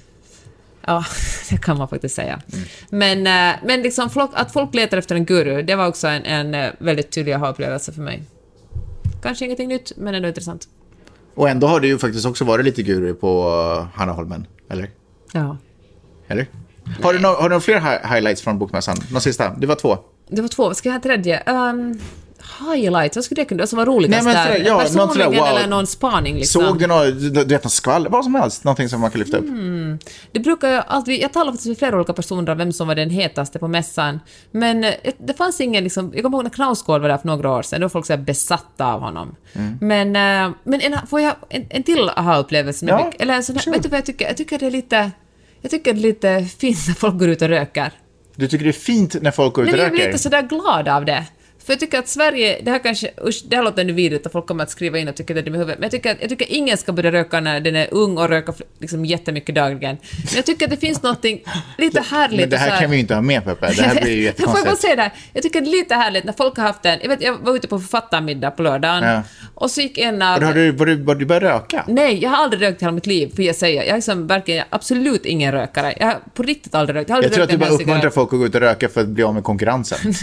Ja, det kan man faktiskt säga. Mm. Men, men liksom folk, att folk letar efter en guru, det var också en, en väldigt tydlig aha-upplevelse för mig. Kanske ingenting nytt, men ändå intressant. Och ändå har det ju faktiskt också varit lite guru på Hanna Holmen, eller? Ja. Eller? Har du, no- har du några fler hi- highlights från bokmässan? Någon sista? Det var två. Det var två. Ska jag ha en tredje? Um... Highlights, vad skulle det kunna vara som var roligast Nej, där? Ja, personligen wow. eller någon spaning liksom. Såg du något, du vet, något skvall, vad som helst, någonting som man kan lyfta upp? Mm. Det brukar jag alltid, jag talar faktiskt med flera olika personer om vem som var den hetaste på mässan, men det fanns ingen liksom, jag kommer ihåg när Knausgård var där för några år sedan, då var folk så här besatta av honom. Mm. Men, men en, får jag en, en till aha-upplevelse? Ja, eller en sån här, vet du vad jag tycker? Jag tycker det är lite, jag tycker det är lite fint när folk går ut och röker. Du tycker det är fint när folk går ut och röker? röker? Men jag blir lite sådär glad av det. För jag tycker att Sverige, det här kanske, usch, det här låter nu vidrigt att folk kommer att skriva in och tycker det är med huvudet, men jag tycker, att, jag tycker att ingen ska börja röka när den är ung och röka liksom jättemycket dagligen. Men jag tycker att det finns någonting lite härligt. Men det här, här kan vi ju inte ha med, Peppe. Det här blir ju jättekonstigt. Får jag bara säga det? Jag tycker det är lite härligt när folk har haft en, jag vet, jag var ute på författarmiddag på lördagen, ja. Och så gick en av... Har du, var du, var du börjat röka? Nej, jag har aldrig rökt hela mitt liv, för jag säger, jag är liksom verkligen absolut ingen rökare. Jag har på riktigt aldrig rökt. Jag, aldrig jag tror rökt att du bara uppmuntrar cigarett. folk att gå ut och röka för att bli av med konkurrensen.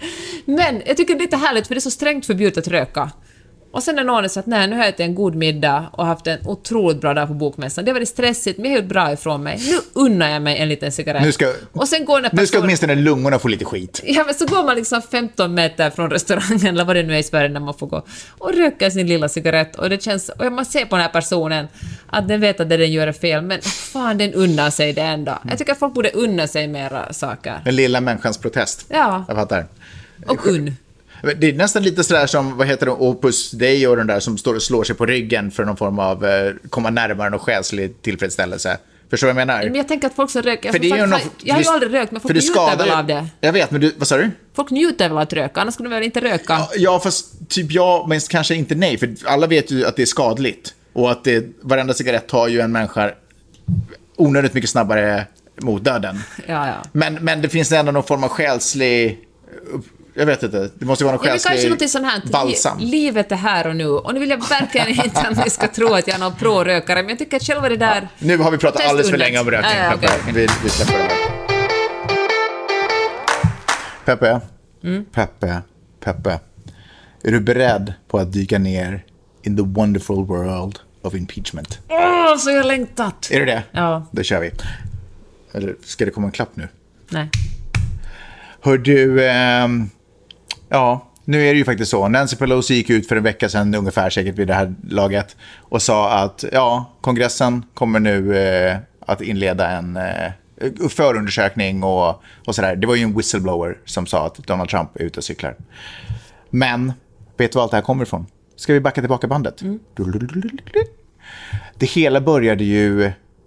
Men jag tycker det är lite härligt, för det är så strängt förbjudet att röka. Och sen när någon sa att nej, nu har jag ätit en god middag och haft en otroligt bra dag på bokmässan. Det var det stressigt, men jag är helt bra ifrån mig. Nu unnar jag mig en liten cigarett. Nu ska, och sen går person... nu ska åtminstone lungorna få lite skit. Ja, men så går man liksom femton meter från restaurangen eller vad det nu är i Sverige när man får gå och röka sin lilla cigarett. Och det känns, och man ser på den här personen att den vet att det den gör är fel, men fan, den unnar sig det ändå. Jag tycker att folk borde unna sig mera saker. Den lilla människans protest. Ja. Jag fattar. Och unn. Det är nästan lite sådär som, vad heter det, Opus Dei och den där som står och slår sig på ryggen för någon form av eh, komma närmare någon själslig tillfredsställelse. Förstår du vad jag menar? Men jag tänker att folk som röker... För det är ju någon, jag har ju aldrig rökt, men folk njuter väl av det. Jag vet, men du, vad sa du? Folk njuter väl av att röka, annars skulle de väl inte röka. Ja, ja, fast typ ja, men kanske inte nej. För alla vet ju att det är skadligt. Och att det, varenda cigarett tar ju en människa onödigt mycket snabbare mot döden. Ja, ja. Men, men det finns ändå någon form av själslig... Jag vet inte, det måste vara någon själslig balsam. Livet är här och nu. Och nu vill jag verkligen inte att ni ska tro att jag är någon pro-rökare, men jag tycker att själva det där... Ja, nu har vi pratat alldeles för länge om rökning, ja, ja, okay. Peppe. Vi, vi släpper det här. Peppe, mm? Peppe, Peppe. Är du beredd på att dyka ner in the wonderful world of impeachment? Åh, oh, så jag har längtat. Är det det? Ja. Då kör vi. Eller ska det komma en klapp nu? Nej. Hör du, eh, ja, nu är det ju faktiskt så. Nancy Pelosi gick ut för en vecka sedan, ungefär säkert vid det här laget, och sa att ja, kongressen kommer nu eh, att inleda en eh, förundersökning och, och sådär. Det var ju en whistleblower som sa att Donald Trump är ute och cyklar. Men, vet du var allt det här kommer ifrån? Ska vi backa tillbaka bandet? Mm. Det hela började ju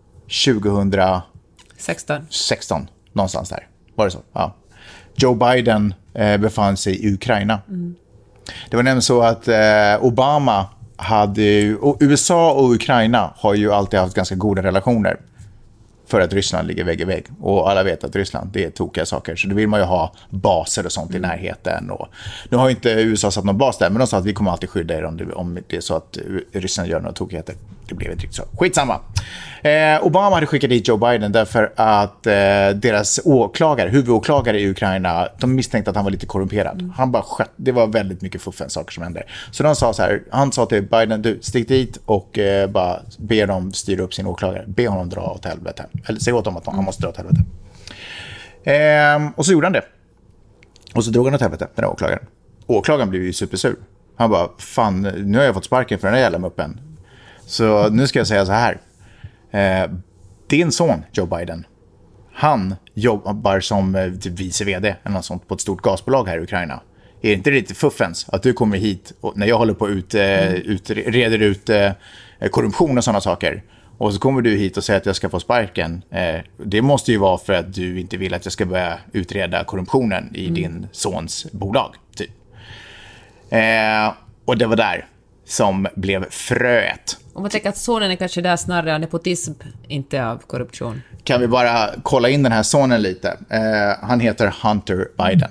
tjugohundrasexton, någonstans där. Var det så? Ja. Joe Biden eh, befann sig i Ukraina. Mm. Det var nämligen så att eh, Obama hade... Och U S A och Ukraina har ju alltid haft ganska goda relationer. för att Ryssland ligger vägg i vägg. Och alla vet att Ryssland, det är tokiga saker. Så då vill man ju ha baser och sånt i närheten. Och nu har ju inte U S A satt någon bas där, men de sa att vi kommer alltid skydda er om det, om det är så att Ryssland gör några tokigheter. Det blev inte riktigt så. Skitsamma. Eh, Obama hade skickat dit Joe Biden därför att eh, deras åklagare, huvudåklagare i Ukraina, de misstänkte att han var lite korrumperad. Mm. Han bara skött. Det var väldigt mycket fuffens saker som hände. Så de sa så här, han sa till Biden, du stick dit och eh, bara be dem styra upp sin åklagare. Be honom dra åt helvete. Eller säg åt dem att han måste dra åt helvete. Eh, och så gjorde han det. Och så drog han åt helvete, den här åklagaren. Åklagaren blev ju supersur. Han bara, fan, nu har jag fått sparken för den här jävla muppen. Så nu ska jag säga så här. Eh, din son, Joe Biden, han jobbar som eh, typ vice vd eller något sånt på ett stort gasbolag här i Ukraina. Är det inte lite fuffens att du kommer hit och när jag håller på att ut, eh, ut, reder ut eh, korruption och sådana saker och så kommer du hit och säger att jag ska få sparken. Eh, det måste ju vara för att du inte vill att jag ska börja utreda korruptionen i mm. din sons bolag. Typ. Eh, och det var där som blev fröet. Om man tänker att sonen är kanske där snarare av nepotism, inte av korruption. Kan vi bara kolla in den här sonen lite. Eh, han heter Hunter Biden.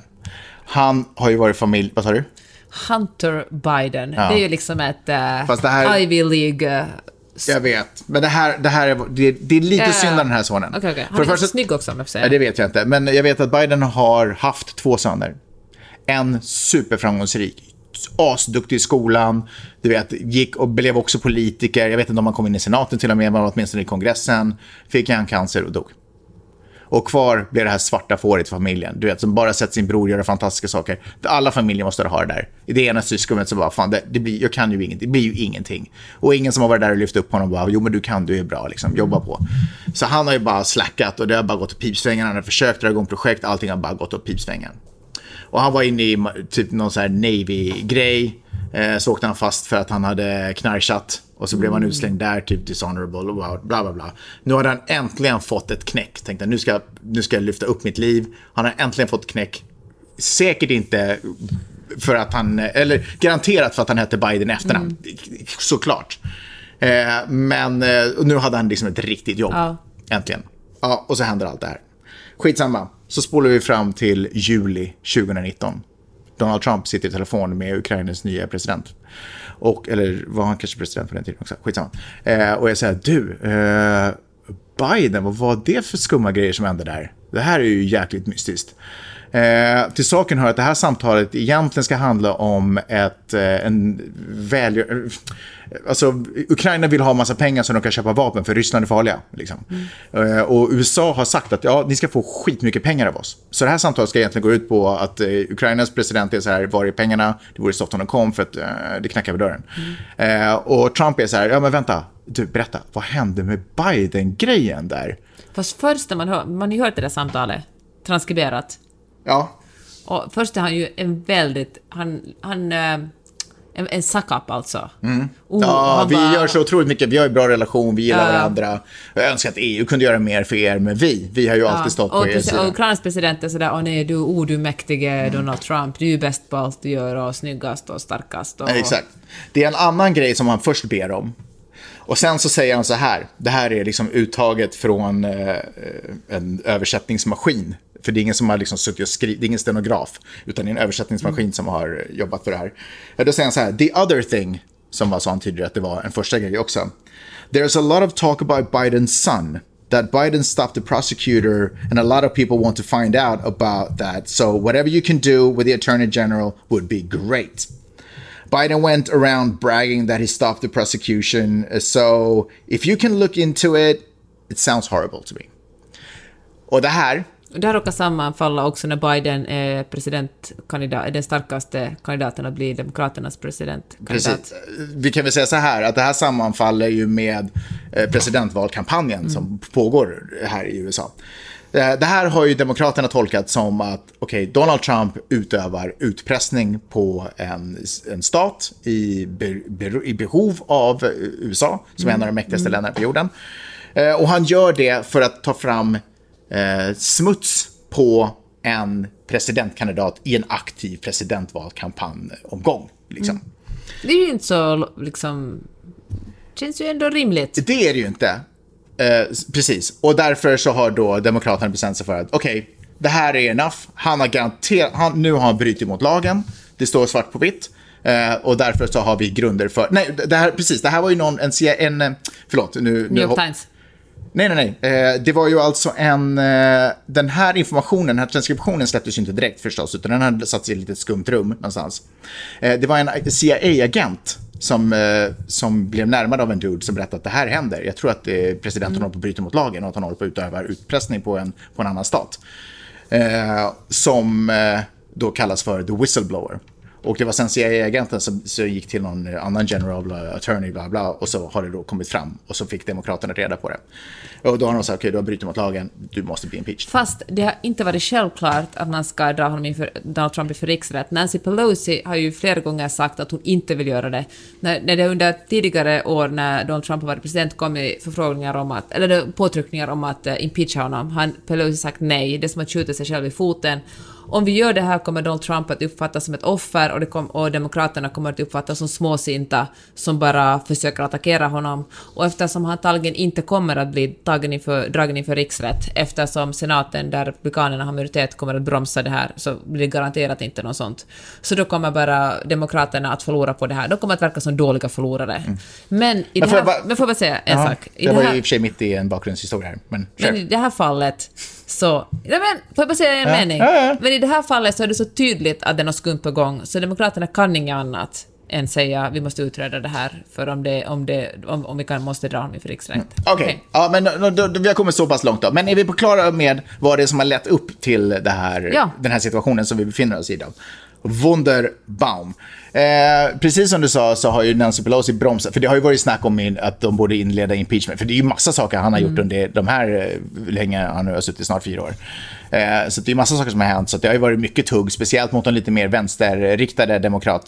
Han har ju varit familj... Vad sa du? Hunter Biden. Ja. Det är ju liksom ett uh, Fast det här, Ivy League... Uh, jag vet. Men det här, det här är, det, det är lite uh, synd av den här sonen. Okay, okay. Han är första, snygg också, om jag får säga. Ja, det vet jag inte. Men jag vet att Biden har haft två söner. En superframgångsrik, asduktig i skolan, du vet, gick och blev också politiker. Jag vet inte om han kom in i senaten till och med, men åtminstone i kongressen. Fick han cancer och dog. Och kvar blev det här svarta fåret i familjen. Du vet, som bara sett sin bror göra fantastiska saker. Alla familjer måste ha det där. I det ena syskonet så bara, fan, det, det blir, jag kan ju ingenting. Det blir ju ingenting. Och ingen som har varit där och lyft upp honom bara, jo men du kan, du är bra, liksom, jobba på. Så han har ju bara slackat och det har bara gått åt pipsvängen. Han har försökt dra igång projekt, allting har bara gått åt pipsvängen. Och han var inne i typ någon så här Navy-grej. Eh, så åkte han fast för att han hade knarchat. Och så blev han utslängd där, typ dishonorable och bla bla bla. Nu har han äntligen fått ett knäck. Tänkte nu ska, nu ska jag lyfta upp mitt liv. Han har äntligen fått knäck. Säkert inte för att han, eller garanterat för att han hette Biden efternamn. Mm. Såklart. Eh, men eh, nu hade han liksom ett riktigt jobb. Ja. Äntligen. Ja, och så händer allt det här. Skitsamma. Så spolar vi fram till juli tjugonitton. Donald Trump sitter i telefon med Ukrainas nya president. Och, eller var han kanske president på den tiden också? Skitsamma. Eh, och jag säger, du, eh, Biden, vad var det för skumma grejer som hände där? Det här är ju jäkligt mystiskt. Eh, till saken hör att det här samtalet egentligen ska handla om ett, eh, en väl... Alltså, Ukraina vill ha massa pengar så de kan köpa vapen för Ryssland är farliga. Liksom. Mm. Eh, och U S A har sagt att ja, ni ska få skitmycket pengar av oss. Så det här samtalet ska egentligen gå ut på att eh, Ukrainas president är så här, var är pengarna? Det vore soft om de kom för att eh, det knackar vid dörren. Mm. Eh, och Trump är så här, ja men vänta, du berätta, vad hände med Biden-grejen där? Fast först när man hör, man har ju hört det där samtalet, transkriberat. Ja. Och först är han ju en väldigt, han, han en, en suck-up alltså. Mm. Oh, ja, vi bara... gör så otroligt mycket, vi har en bra relation, vi gillar uh. varandra. Jag önskar att E U kunde göra mer för er, men vi, vi har ju alltid uh. stått på och, er sida. Och Ukrainas president är sådär, åh nej, du, oh, du är mäktige mm. Donald Trump, du är ju bäst på allt du gör och snyggast och starkast. Och... Exakt. Det är en annan grej som han först ber om. Och sen så säger han så här, det här är liksom uttaget från eh, en översättningsmaskin. För det är ingen som har liksom suttit och skrivit, det är ingen stenograf, utan det är en översättningsmaskin mm. som har jobbat för det här. Då säger han så här, the other thing, som var så antyder att det var en första grej också. There's a lot of talk about Biden's son, that Biden stopped the prosecutor, and a lot of people want to find out about that. So whatever you can do with the attorney general would be great. Biden went around bragging that he stopped the prosecution. So if you can look into it, it sounds horrible to me. Och det här... Det här råkar sammanfalla också när Biden är presidentkandidat, är den starkaste kandidaten att bli demokraternas presidentkandidat. Precis. Vi kan väl säga så här, att det här sammanfaller ju med presidentvalkampanjen mm. som pågår här i U S A. Det här har ju demokraterna tolkat som att okay, Donald Trump utövar utpressning på en, en stat i, be, be, i behov av U S A, som är en av de mäktigaste mm. länderna på jorden. Och han gör det för att ta fram eh, smuts på en presidentkandidat i en aktiv presidentvalkampanjomgång. Liksom. Mm. Det är ju inte så, liksom, känns ju ändå rimligt. Det är det ju inte. Eh, precis. Och därför så har då Demokraterna bestämt sig för att okej, okay, det här är enough. Han har garanterat, han, nu har han brutit mot lagen. Det står svart på vitt. Eh, och därför så har vi grunder för... Nej, det här, precis. Det här var ju någon... En, en, förlåt. Nu, New York Times. Nej, nej, nej. Eh, det var ju alltså en... Eh, den här informationen, den här transkriptionen släpptes ju inte direkt förstås, utan den hade satt sig i ett litet skumt rum någonstans. Eh, det var en C I A-agent som, eh, som blev närmad av en dude som berättade att det här händer. Jag tror att eh, presidenten mm. håller på att bryta mot lagen och att han håller på att utöva utpressning på en, på en annan stat. Eh, som eh, då kallas för the whistleblower. Och det var sen C I A-agenten som, som gick till någon annan general bla, attorney bla bla, och så har det då kommit fram och så fick Demokraterna reda på det. Och då har de sagt, okej, okay, du har brutit mot lagen, du måste bli impeached. Fast det har inte varit självklart att man ska dra honom inför Donald Trump inför riksrätt. Nancy Pelosi har ju flera gånger sagt att hon inte vill göra det. När, när det under tidigare år när Donald Trump har varit president kom i förfrågningar om att, eller påtryckningar om att uh, impeacha honom, han Pelosi sagt nej, det är som att skjuta sig själv i foten. Om vi gör det här kommer Donald Trump att uppfattas som ett offer och, det kom, och Demokraterna kommer att uppfattas som småsinta som bara försöker attackera honom. Och eftersom han tagligen inte kommer att bli tagen inför, dragen inför riksrätt, eftersom senaten där republikanerna har majoritet kommer att bromsa det här, så blir det garanterat inte något sånt. Så då kommer bara Demokraterna att förlora på det här. De kommer att verka som dåliga förlorare. Mm. Men i men det här, bara, men får jag bara säga en ja, sak. I det, det var här, ju i och för sig mitt i en bakgrundshistoria här. Men, men i det här fallet så... Ja, men, får jag bara säga en ja, mening? Ja, ja. Men i det här fallet så är det så tydligt att det är något skumt på gång, så Demokraterna kan inget annat än säga vi måste utreda det här för om, det, om, det, om, om vi kan, måste dra honom för riksrätt. Mm. Okej, okay. okay. Ja, men då, då, då, vi har kommit så pass långt då. Men är vi på klara med vad det är som har lett upp till det här, ja. den här situationen som vi befinner oss i då? Wunderbaum. Eh, precis som du sa så har ju Nancy Pelosi bromsat, för det har ju varit snack om in, att de borde inleda impeachment, för det är ju massa saker han har gjort mm. under de här, länge han har suttit snart fyra år. Eh, så det är massa saker som har hänt, så det har ju varit mycket tugg, speciellt mot de lite mer vänsterriktade demokrat,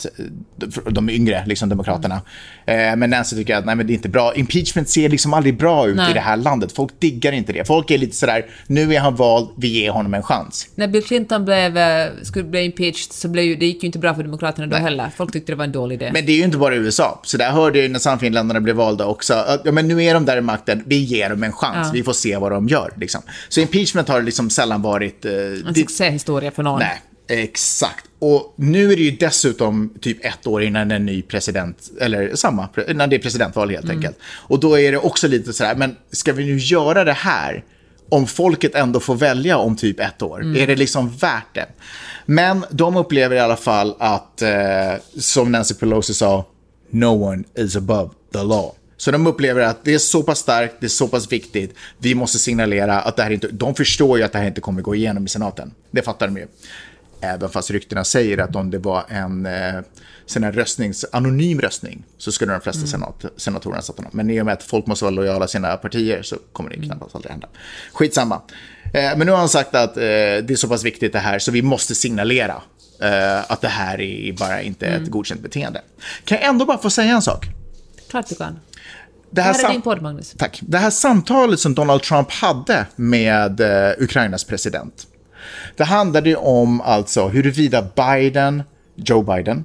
de yngre liksom demokraterna. Eh, men Nancy tycker att nej, men det är inte bra. Impeachment ser liksom aldrig bra ut nej. i det här landet. Folk diggar inte det. Folk är lite sådär, nu är han vald, vi ger honom en chans. När Bill Clinton blev, skulle bli impeached så blev ju, det gick ju inte bra för demokraterna då nej. heller. Folk tyckte det var en dålig idé. Men det är ju inte bara i U S A. Så där hörde ju när Sannfinländarna blev valda också. Att, ja, men nu är de där i makten. Vi ger dem en chans. Ja. Vi får se vad de gör. Liksom. Så impeachment har liksom sällan varit... Eh, en succéhistoria för någon. Nej, exakt. Och nu är det ju dessutom typ ett år innan en ny president, eller samma, när det är presidentval helt mm. enkelt. Och då är det också lite sådär, men ska vi nu göra det här om folket ändå får välja om typ ett år? Mm. Är det liksom värt det? Men de upplever i alla fall att, eh, som Nancy Pelosi sa, no one is above the law. Så de upplever att det är så pass starkt, det är så pass viktigt, vi måste signalera att det här inte, de förstår ju att det här inte kommer gå igenom i senaten. Det fattar de ju. Även fast ryktena säger att om det var en eh, sån här röstnings, anonym röstning så skulle de flesta mm. senat, senatorerna sätta dem. Men i och med att folk måste vara lojala sina partier så kommer det knappast aldrig hända. Skitsamma. Eh, men nu har han sagt att eh, det är så pass viktigt det här så vi måste signalera eh, att det här är bara inte mm. ett godkänt beteende. Kan jag ändå bara få säga en sak? Klart du kan. Det här, det här är din podd, Magnus. Tack. Det här samtalet som Donald Trump hade med eh, Ukrainas president. Det handlade om alltså huruvida Biden, Joe Biden,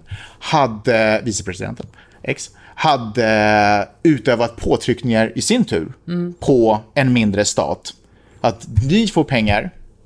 hade, vicepresidenten, X, hade utövat påtryckningar i sin tur mm. på en mindre stat. Att ni får pengar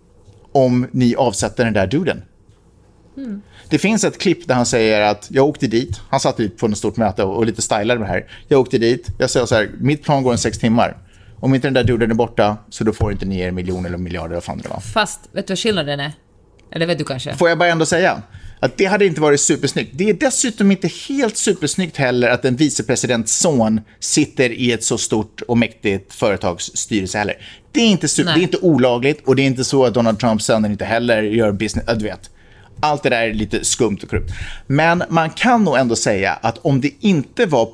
om ni avsätter den där duden. Mm. Det finns ett klipp där han säger att jag åkte dit, han satt ut på ett stort möte och, och lite stylade med det här. Jag åkte dit, jag sa så här, mitt plan går en sex timmar. Om inte den där duden är borta så då får inte ni er miljoner eller miljarder vad fan det var. Fast, vet du vad skillnaden är? Eller vet du kanske? Får jag bara ändå säga att det hade inte varit supersnyggt. Det är dessutom inte helt supersnyggt heller att en vicepresidents son sitter i ett så stort och mäktigt företagsstyrelse heller. Det är inte super, det är inte olagligt och det är inte så att Donald Trumps söner inte heller gör business, du vet. Allt det där är lite skumt och korrupt. Men man kan nog ändå säga att om det inte var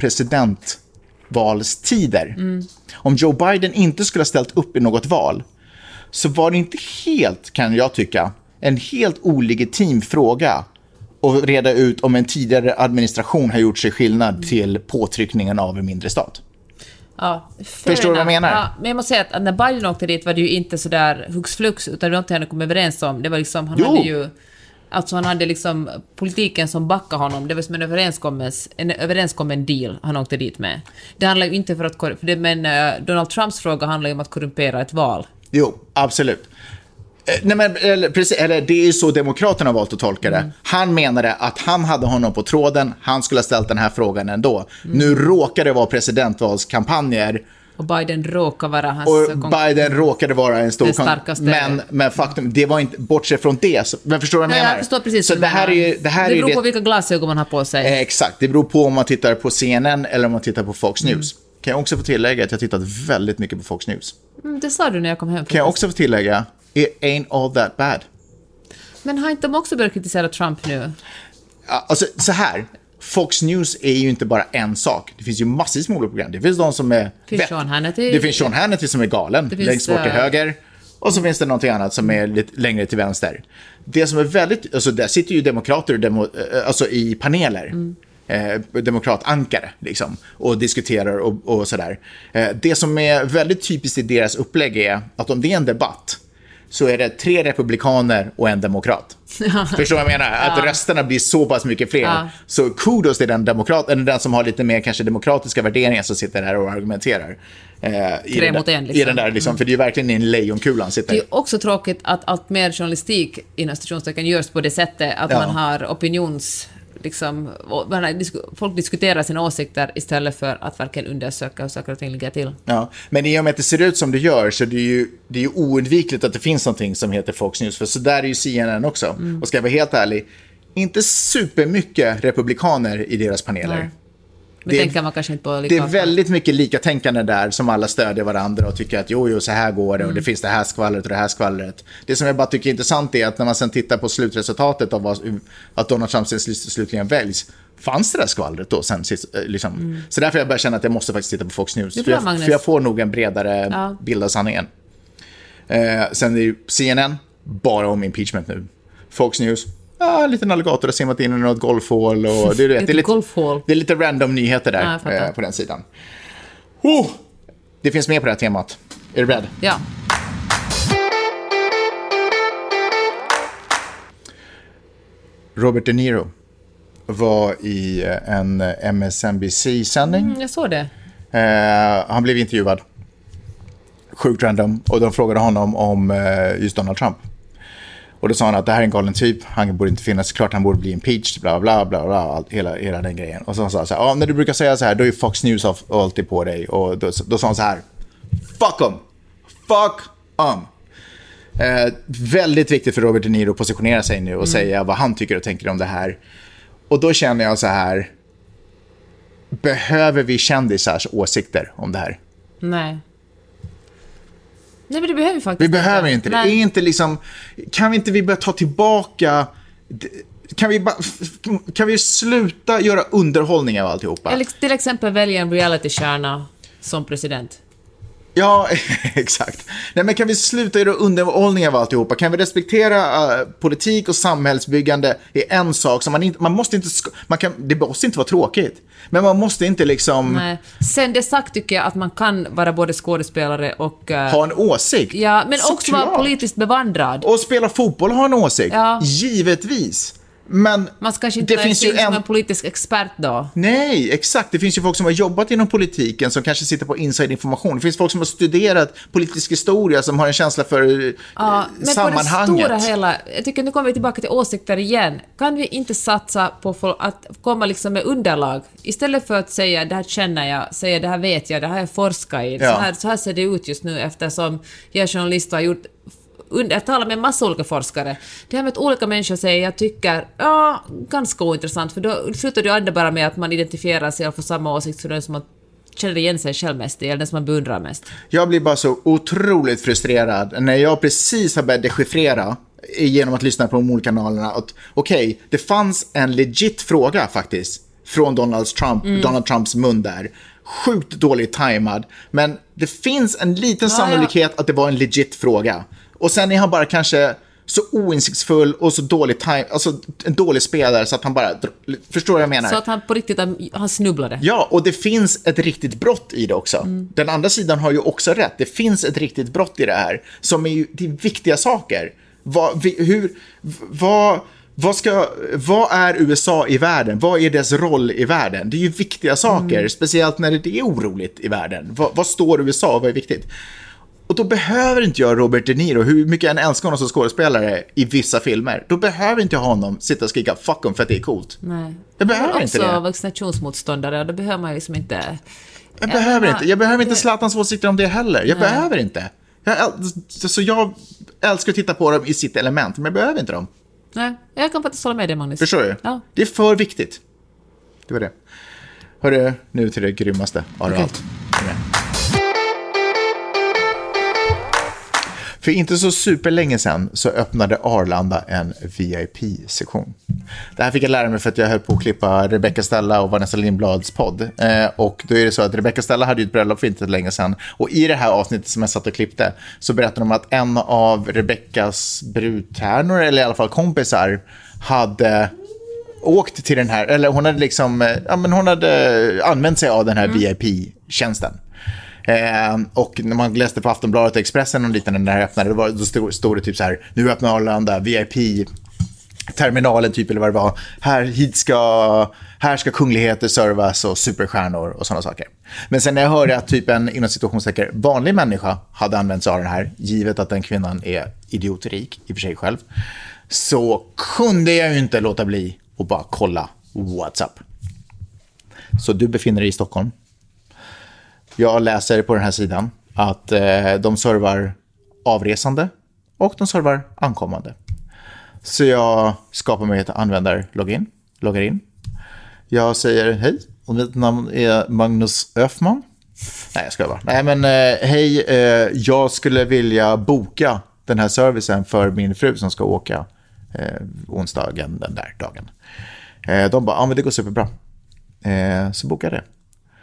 presidentvalstider, mm. om Joe Biden inte skulle ha ställt upp i något val, så var det inte helt, kan jag tycka, en helt olegitim fråga att reda ut om en tidigare administration har gjort sig skillnad mm. till påtryckningen av en mindre stat. Ja, förstår du vad jag menar? Ja, men jag måste säga att när Biden åkte dit var det ju inte så där hux flux, utan det var inte han kom överens om. Det var liksom, han jo. hade ju... Alltså han hade liksom politiken som backade honom. Det var som en överenskommelse, en överenskommen deal han åkte dit med. Det handlar ju inte för att... För det, men uh, Donald Trumps fråga handlar ju om att korrumpera ett val. Jo, absolut. Nej, men, eller, precis, eller det är ju så demokraterna har valt att tolka det. Mm. Han menade att han hade honom på tråden. Han skulle ha ställt den här frågan ändå. Mm. Nu råkade det vara presidentvalskampanjer. Och Biden råkade vara hans... Och Biden råkade vara en stor... starkaste... Men, men faktum, det var inte... Bortsett från det. Så, men förstår du vad jag ja, menar? Jag förstår precis. Så det här är ju... Det, här det beror är på det... vilka glasögon man har på sig. Eh, exakt. Det beror på om man tittar på C N N eller om man tittar på Fox News. Mm. Kan jag också få tillägga att jag tittat väldigt mycket på Fox News. Mm, det sa du när jag kom hem. Kan jag också få tillägga... It ain't all that bad. Men har inte de också börjat kritisera Trump nu? Alltså, så här. Fox News är ju inte bara en sak. Det finns ju massvis med olika program. Det finns de som är... Det finns Sean Hannity. Det finns Sean Hannity som är galen. Det finns, längst bort till uh... höger. Och så finns det någonting annat som är lite längre till vänster. Det som är väldigt... Alltså, där sitter ju demokrater demo, alltså, i paneler. Mm. Eh, demokratankare liksom, och diskuterar och, och sådär. Eh, det som är väldigt typiskt i deras upplägg är att om det är en debatt så är det tre republikaner och en demokrat. Förstår vad jag menar? Att ja. Rösterna blir så pass mycket fler. Ja. Så kudos till den demokrat, eller den som har lite mer kanske demokratiska värderingar som sitter där och argumenterar. Eh, i, den där, en, liksom. i den där, liksom, mm. För det är ju verkligen en lejonkulan sitter. Det är också tråkigt att allt mer journalistik inom stationstecken görs på det sättet att ja. man har opinions... Liksom, folk diskuterar sina åsikter istället för att verkligen undersöka hur saker och ting ligger till. Ja, men i och med att det ser ut som det gör så det är ju, det är ju oundvikligt att det finns någonting som heter Fox News, för så där är ju C N N också. Mm. Och ska jag vara helt ärlig, inte supermycket republikaner i deras paneler. Nej. Men det tänker man kanske inte på lika. Det är väldigt mycket lika tänkande där som alla stödjer varandra och tycker att jo, jo, så här går det och mm. det finns det här skvallret och det här skvallret. Det som jag bara tycker är intressant är att när man sen tittar på slutresultatet av vad, att Donald Trump slutligen väljs, fanns det där skvallret då sen liksom. Mm. Så därför jag börjar känna att jag måste faktiskt titta på Fox News. För jag, för jag får nog en bredare ja. bild av sanningen. Eh, sen är det C N N, bara om impeachment nu. Fox News, ja, en liten alligator har simmat in i något golfhål. Och det, är, det, är lite, det är lite random nyheter där ja, eh, på den sidan. Oh, det finns mer på det här temat. Är du beredd? Ja. Robert De Niro var i en M S N B C-sändning. Mm, jag såg det. Eh, han blev intervjuad. Sjukt random. Och de frågade honom om eh, just Donald Trump. Och då sa han att det här är en galen typ, han borde inte finnas, klart han borde bli impeached, bla bla bla bla, allt, hela, hela den grejen. Och så sa han så här, ja, när du brukar säga så här, då är Fox News alltid på dig. Och då, då sa han så här, fuck em, fuck em. Eh, väldigt viktigt för Robert De Niro att positionera sig nu och mm. säga vad han tycker och tänker om det här. Och då känner jag så här, behöver vi kändisars åsikter om det här? Nej. Nej, men det behöver vi faktiskt Vi behöver inte det. Är inte liksom, kan vi inte vi börja ta tillbaka... Kan vi, bara, kan vi sluta göra underhållning av alltihopa? Eller till exempel välja en reality-stjärna som president. Ja, exakt. Nej, men kan vi sluta göra underhållning av alltihopa? Kan vi respektera uh, politik och samhällsbyggande är en sak som man inte... Man måste inte man kan, det måste inte vara tråkigt. Men man måste inte liksom... Nej. Sen det sagt tycker jag att man kan vara både skådespelare och... Uh, ha en åsikt. Ja, men så också klart. Vara politiskt bevandrad. Och spela fotboll och ha en åsikt. Ja. Givetvis. Men man ska inte det finns ju en... som en politisk expert då. Nej, exakt. Det finns ju folk som har jobbat inom politiken som kanske sitter på inside-information. Det finns folk som har studerat politisk historia som har en känsla för ja, sammanhanget. Men på det stora hela, jag tycker nu kommer vi tillbaka till åsikter igen. Kan vi inte satsa på att komma liksom med underlag? Istället för att säga det här känner jag, säga det här vet jag, det här har jag forskat i. Ja. Så, här, så här ser det ut just nu eftersom jag journalist har gjort... Jag talar med en massa olika forskare. Det här med att olika människor säger jag tycker ja, ganska ointressant, för då slutar det aldrig bara med att man identifierar sig och får samma åsikt för den som man känner igen sig själv mest i, eller den som man beundrar mest. Jag blir bara så otroligt frustrerad när jag precis har börjat dechiffrera genom att lyssna på de olika kanalerna att okej, okay, det fanns en legit fråga faktiskt från Donald Trump, mm. Donald Trumps mun där. Sjukt dåligt tajmad, men det finns en liten ja, sannolikhet ja. att det var en legit fråga. Och sen är han bara kanske så oinsiktsfull och så dålig time, alltså en dålig spelare så att han bara, förstår vad jag menar? Så att han på riktigt, han snubblade. Ja, och det finns ett riktigt brott i det också. Mm. Den andra sidan har ju också rätt. Det finns ett riktigt brott i det här som är ju, det är viktiga saker. Vad, hur, vad, Vad, ska, vad är U S A i världen? Vad är dess roll i världen? Det är ju viktiga saker, mm. speciellt när det är oroligt i världen. Vad, vad står U S A? Vad är viktigt? Och då behöver inte jag Robert De Niro, hur mycket jag än älskar honom som skådespelare i vissa filmer, då behöver inte jag honom sitta och skrika fuck om för att det är coolt. Nej. Jag behöver jag inte det. Också vaccinationsmotståndare, då behöver man liksom inte... Jag behöver jag menar, inte. Jag behöver inte Zlatans åsikter om det heller. Jag Nej. behöver inte. Jag, så jag älskar att titta på dem i sitt element, men jag behöver inte dem. Nej, jag kan faktiskt hålla med dig, Magnus. Förstår du? Ja. Det är för viktigt. Det var det. Hörru, nu till det grymmaste av okay. allt. För inte så superlänge sedan så öppnade Arlanda en V I P-sektion. Det här fick jag lära mig för att jag höll på att klippa Rebecca Stella och Vanessa Lindblads podd. Eh, och då är det så att Rebecca Stella hade ju ett bröllop för inte länge sedan. Och i det här avsnittet som jag satt och klippte så berättade de att en av Rebeccas brudtärnor, eller i alla fall kompisar, hade åkt till den här, eller hon hade liksom, ja men hon hade använt sig av den här mm. V I P-tjänsten. Eh, och när man läste på Aftonbladet och Expressen och liknande när det öppnade, då, var, då stod, stod det typ så här: nu öppnar Arlanda V I P-terminalen typ, eller vad det var. Här, hit ska, här ska kungligheter servas och superstjärnor och sådana saker. Men sen när jag hörde att typ en inom situationstecken vanlig människa hade använt sig av den här, givet att den kvinnan är idiotrik i och för sig själv, så kunde jag ju inte låta bli och bara kolla WhatsApp. Så du befinner dig i Stockholm. Jag läser på den här sidan att eh, de servar avresande och de servar ankommande. Så jag skapar mig ett användarlogin, loggar in. Jag säger hej, och mitt namn är Magnus Öfman. Nej, jag ska bara. Nej, men eh, hej, eh, jag skulle vilja boka den här servicen för min fru som ska åka eh, onsdagen den där dagen. Eh, de bara, ja ah, men det går superbra. Eh, så bokar det.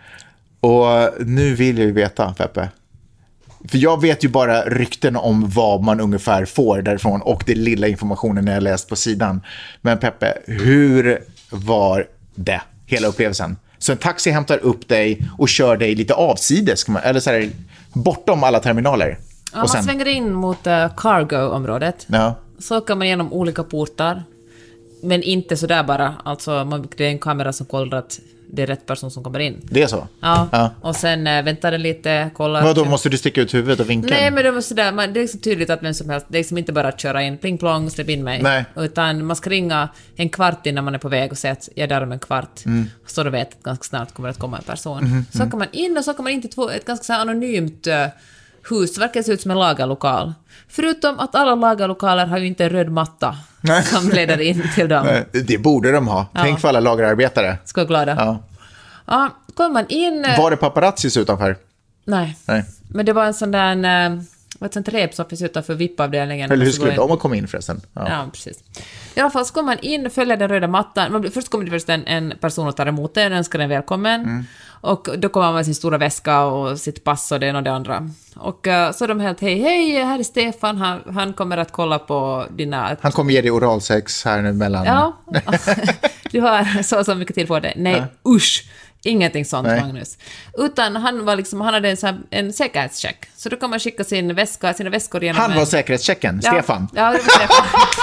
Och nu vill jag ju veta, Peppe. För jag vet ju bara rykten om vad man ungefär får därifrån och det lilla informationen när jag läst på sidan. Men Peppe, hur var det, hela upplevelsen? Så en taxi hämtar upp dig och kör dig lite avsides, eller så här, bortom alla terminaler. Ja, och sen... man svänger in mot uh, cargo-området. Ja. Så kan man genom olika portar. Men inte så där bara. Alltså, man, det är en kamera som kollar att det är rätt person som kommer in. Det är så? Ja, ja. Och sen äh, väntar det lite, kollar... Vad då, måste du sticka ut huvudet och vinka? Nej, men det, måste där, man, det är så tydligt att vem som helst, det är liksom inte bara att köra in, pling plong, släpp in mig. Nej. Utan man ska ringa en kvart innan man är på väg och säga att jag är där om en kvart. Mm. Så du vet att ganska snart kommer att komma en person. Mm. Så kan man in och så kan man in till två, ett ganska så här anonymt uh, hus. Det verkar se ut som en lagerlokal. Förutom att alla lagerlokaler har ju inte en röd matta. Nej. Som leder in till dem. Nej, det borde de ha. Ja. Tänk för alla lagerarbetare. Ska vara glada. Ja. Ja, kommer man in... Var det paparazzis utanför? Nej. Nej. Men det var en sån där... Vad ett repsoffice utanför V I P-avdelningen. Eller hur skulle de komma in förresten? Ja. ja, precis. I alla fall så kommer man in, följer den röda mattan. Man, först kommer det först en, en person och tar emot den, önskar den välkommen. Mm. Och då kommer man med sin stora väska och sitt pass och det ena och det andra. Och uh, så är de helt, hej, hej, här är Stefan. Han, han kommer att kolla på dina... Han kommer ge dig oralsex här nu mellan... Ja, du har så, så mycket tid på det. Nej, ja. Usch. Ingenting sånt, nej. Magnus. Utan han var liksom, han hade en, så här, en säkerhetscheck. Så då kan man skicka sin väska, sina väskor genom... Han var en... säkerhetschecken, ja. Stefan. Ja, det var Stefan.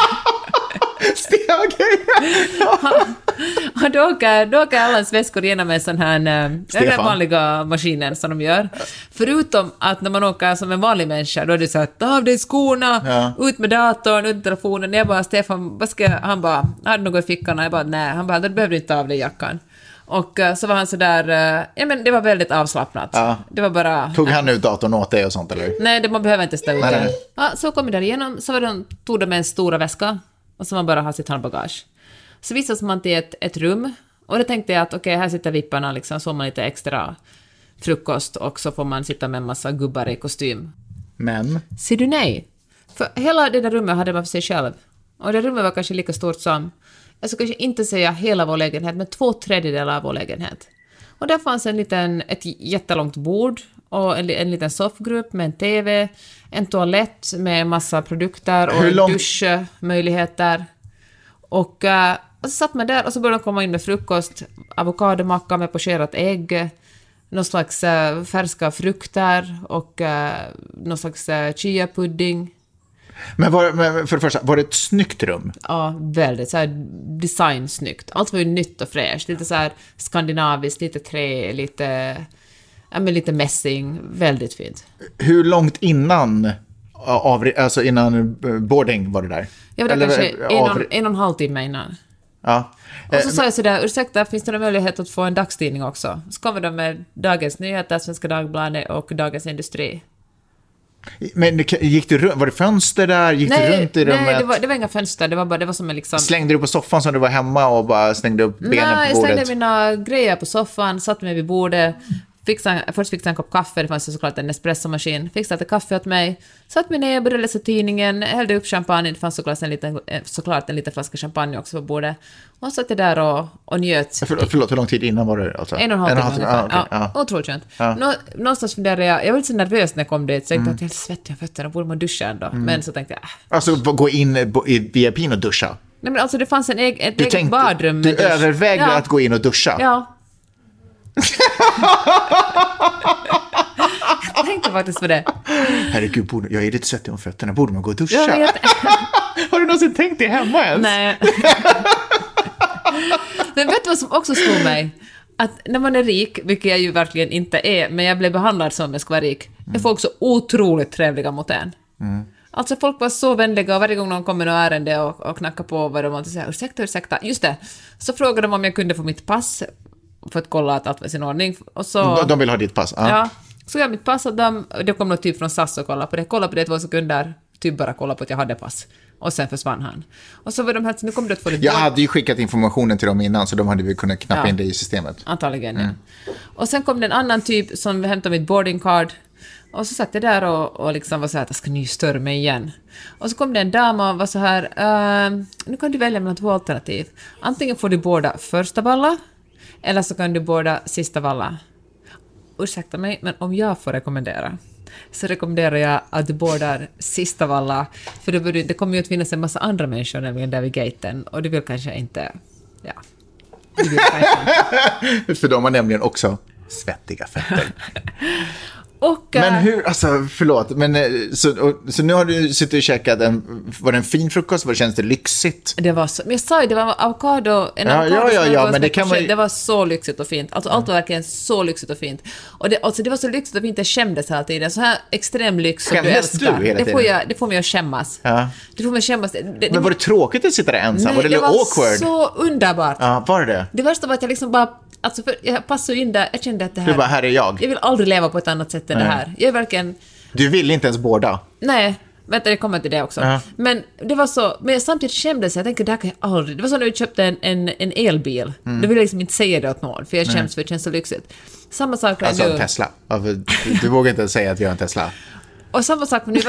Stefan. Och då åker, då åker allas väskor genom en sån här den vanliga maskinen som de gör. Förutom att när man åker som en vanlig människa, då är det så att ta av dig skorna, ja. Ut med datorn, ut med telefonen. Jag bara, Stefan, vad ska jag? Han bara, har du något i fickan? Jag bara, nej. Han bara, då behöver du inte ta av dig jackan. Och uh, så var han så där, uh, ja men det var väldigt avslappnat. Ja. Det var bara... Tog han ut datorn åt dig och sånt eller? Nej, det, man behöver inte stå ut. Nej, nej. Ja, så kom vi där igenom, så var de, tog de med en stora väska och så man bara har sitt handbagage. Så visades man till ett, ett rum och då tänkte jag att okej, okay, här sitter vipparna liksom, så får man lite extra frukost och så får man sitta med en massa gubbar i kostym. Men? Ser du nej? För hela det där rummet hade man för sig själv. Och det rummet var kanske lika stort som, jag ska kanske inte säga hela vår lägenhet, men två tredjedelar av vår lägenhet. Och där fanns en liten, ett jättelångt bord och en, en liten soffgrupp med en tv, en toalett med en massa produkter och långt... duschmöjligheter. Och, uh, och så satt man där och så började de komma in med frukost, avokadomacka med pocherat ägg, någon slags uh, färska frukter och uh, någon slags uh, chia-pudding. Men, var, men för det första, var det ett snyggt rum? Ja, väldigt så här designsnyggt. Allt var ju nytt och fräscht. Lite så här skandinaviskt, lite trä, lite, ja, men lite mässing. Väldigt fint. Hur långt innan, av, alltså innan boarding var det där? Ja, det var Eller, kanske en, av... och, en och en halv timme innan. Ja. Och så sa jag sådär, ursäkta, finns det någon möjlighet att få en dagstidning också? Så kommer de med Dagens Nyheter, Svenska Dagbladet och Dagens Industri. Men gick du runt? Var det fönster där? Gick nej, du runt i rummet? Nej, det var, det var inga fönster. Det var, bara, det var som en liksom... Slängde du på soffan som du var hemma och bara slängde upp benen nej, på bordet? Nej, jag slängde mina grejer på soffan, satte mig vid bordet. Fixade, först fick jag en kopp kaffe, det fanns ju såklart en espressomaskin. Fixade kaffe åt mig, satt mig ner, började läsa tidningen, hällde upp champagne, det fanns såklart en liten, såklart en liten flaska champagne också på bordet. Och satt jag där och, och njöt. För, förlåt, hur lång tid innan var det? Alltså? En och en halv timme ungefär. Ah, okay. Ja, ah. otroligt skönt. Ah. Nå, någonstans funderade jag, jag var lite så nervös när jag kom dit, så jag tänkte mm. att jag är svettig om fötterna, borde man duscha ändå. Mm. Men så tänkte jag... Äh. Alltså gå in i V I P och duscha? Nej, men alltså det fanns en eg, ett du eget tänkte, badrum. Du övervägde ja. att gå in och duscha? Ja. Jag tänkte faktiskt på det. Herregud, borde, jag är lite svettig om fötterna. Borde man gå och duscha? Jag vet. Har du någonsin tänkt det hemma ens? Nej. Men vet du vad som också slog mig? Att när man är rik, vilket jag ju verkligen inte är, men jag blev behandlad som jag ska vara rik, är mm. folk så otroligt trevliga mot en. Mm. Alltså folk var så vänliga och varje gång någon kom med något ärende och, och knackade på vad de måste säga, ursäkta, ursäkta. Just det, så frågade de om jag kunde få mitt pass för att kolla att allt var i sin ordning. Och så, de vill ha ditt pass? Ah. Ja, så jag mitt pass och de, det kom något typ från S A S och kolla på det. Kolla på det två sekunder, typ bara kolla på att jag hade pass. Och sen försvann han. Och så var de här, nu kommer du att få ditt Jag bort. hade ju skickat informationen till dem innan så de hade vi kunnat knappa ja. in det i systemet. Antagligen, mm. ja. Och sen kom det en annan typ som hämtade mitt boarding card. Och så satt jag där och, och liksom var så här att jag ska nystöra mig igen. Och så kom det en dam och var så här, uh, nu kan du välja mellan två alternativ. Antingen får du båda första valla, eller så kan du båda sista valla. Ursäkta mig, men om jag får rekommendera, så rekommenderar jag att du bådar sista valla, för det, det kommer ju att finnas en massa andra människor nämligen där vid gaten, och du vill kanske inte, ja. Du vill kanske inte. För de har nämligen också svettiga fötter. Och, men hur, alltså förlåt, men så, och, så nu har du suttit och käkat en, var det en fin frukost, var det, känns det lyxigt? Det var så, men jag sa ju, det var avokado, en ja, avokado ja, ja, ja, men det kan man... det var så lyxigt och fint, alltså allt var verkligen så lyxigt och fint, och det, alltså, det var så lyxigt och fint, det skämdes hela tiden, så här extrem lyx som du älskar, du det, får jag, det får mig att skämmas, ja. det får mig att skämmas det, det, men var det tråkigt att sitta där ensam? Nej, var det, det var awkward? Så underbart. Ja, var det det? Det värsta var att jag liksom bara, alltså för jag passade in där, jag kände att det här... Du bara, här är jag. Jag vill aldrig leva på ett annat sätt än Nej. det här. Jag är verkligen... Du vill inte ens båda? Nej, vänta, det kommer till det också. Uh-huh. Men det var så, men samtidigt kände jag, jag tänkte, det här kan jag aldrig... Det var så när vi köpte en, en, en elbil. Mm. Då ville jag liksom inte säga det åt någon, för jag känns, för det känns så lyxigt. Samma sak alltså nu... en Tesla. Du, du vågar inte säga att jag är en Tesla. Och samma sak med nu...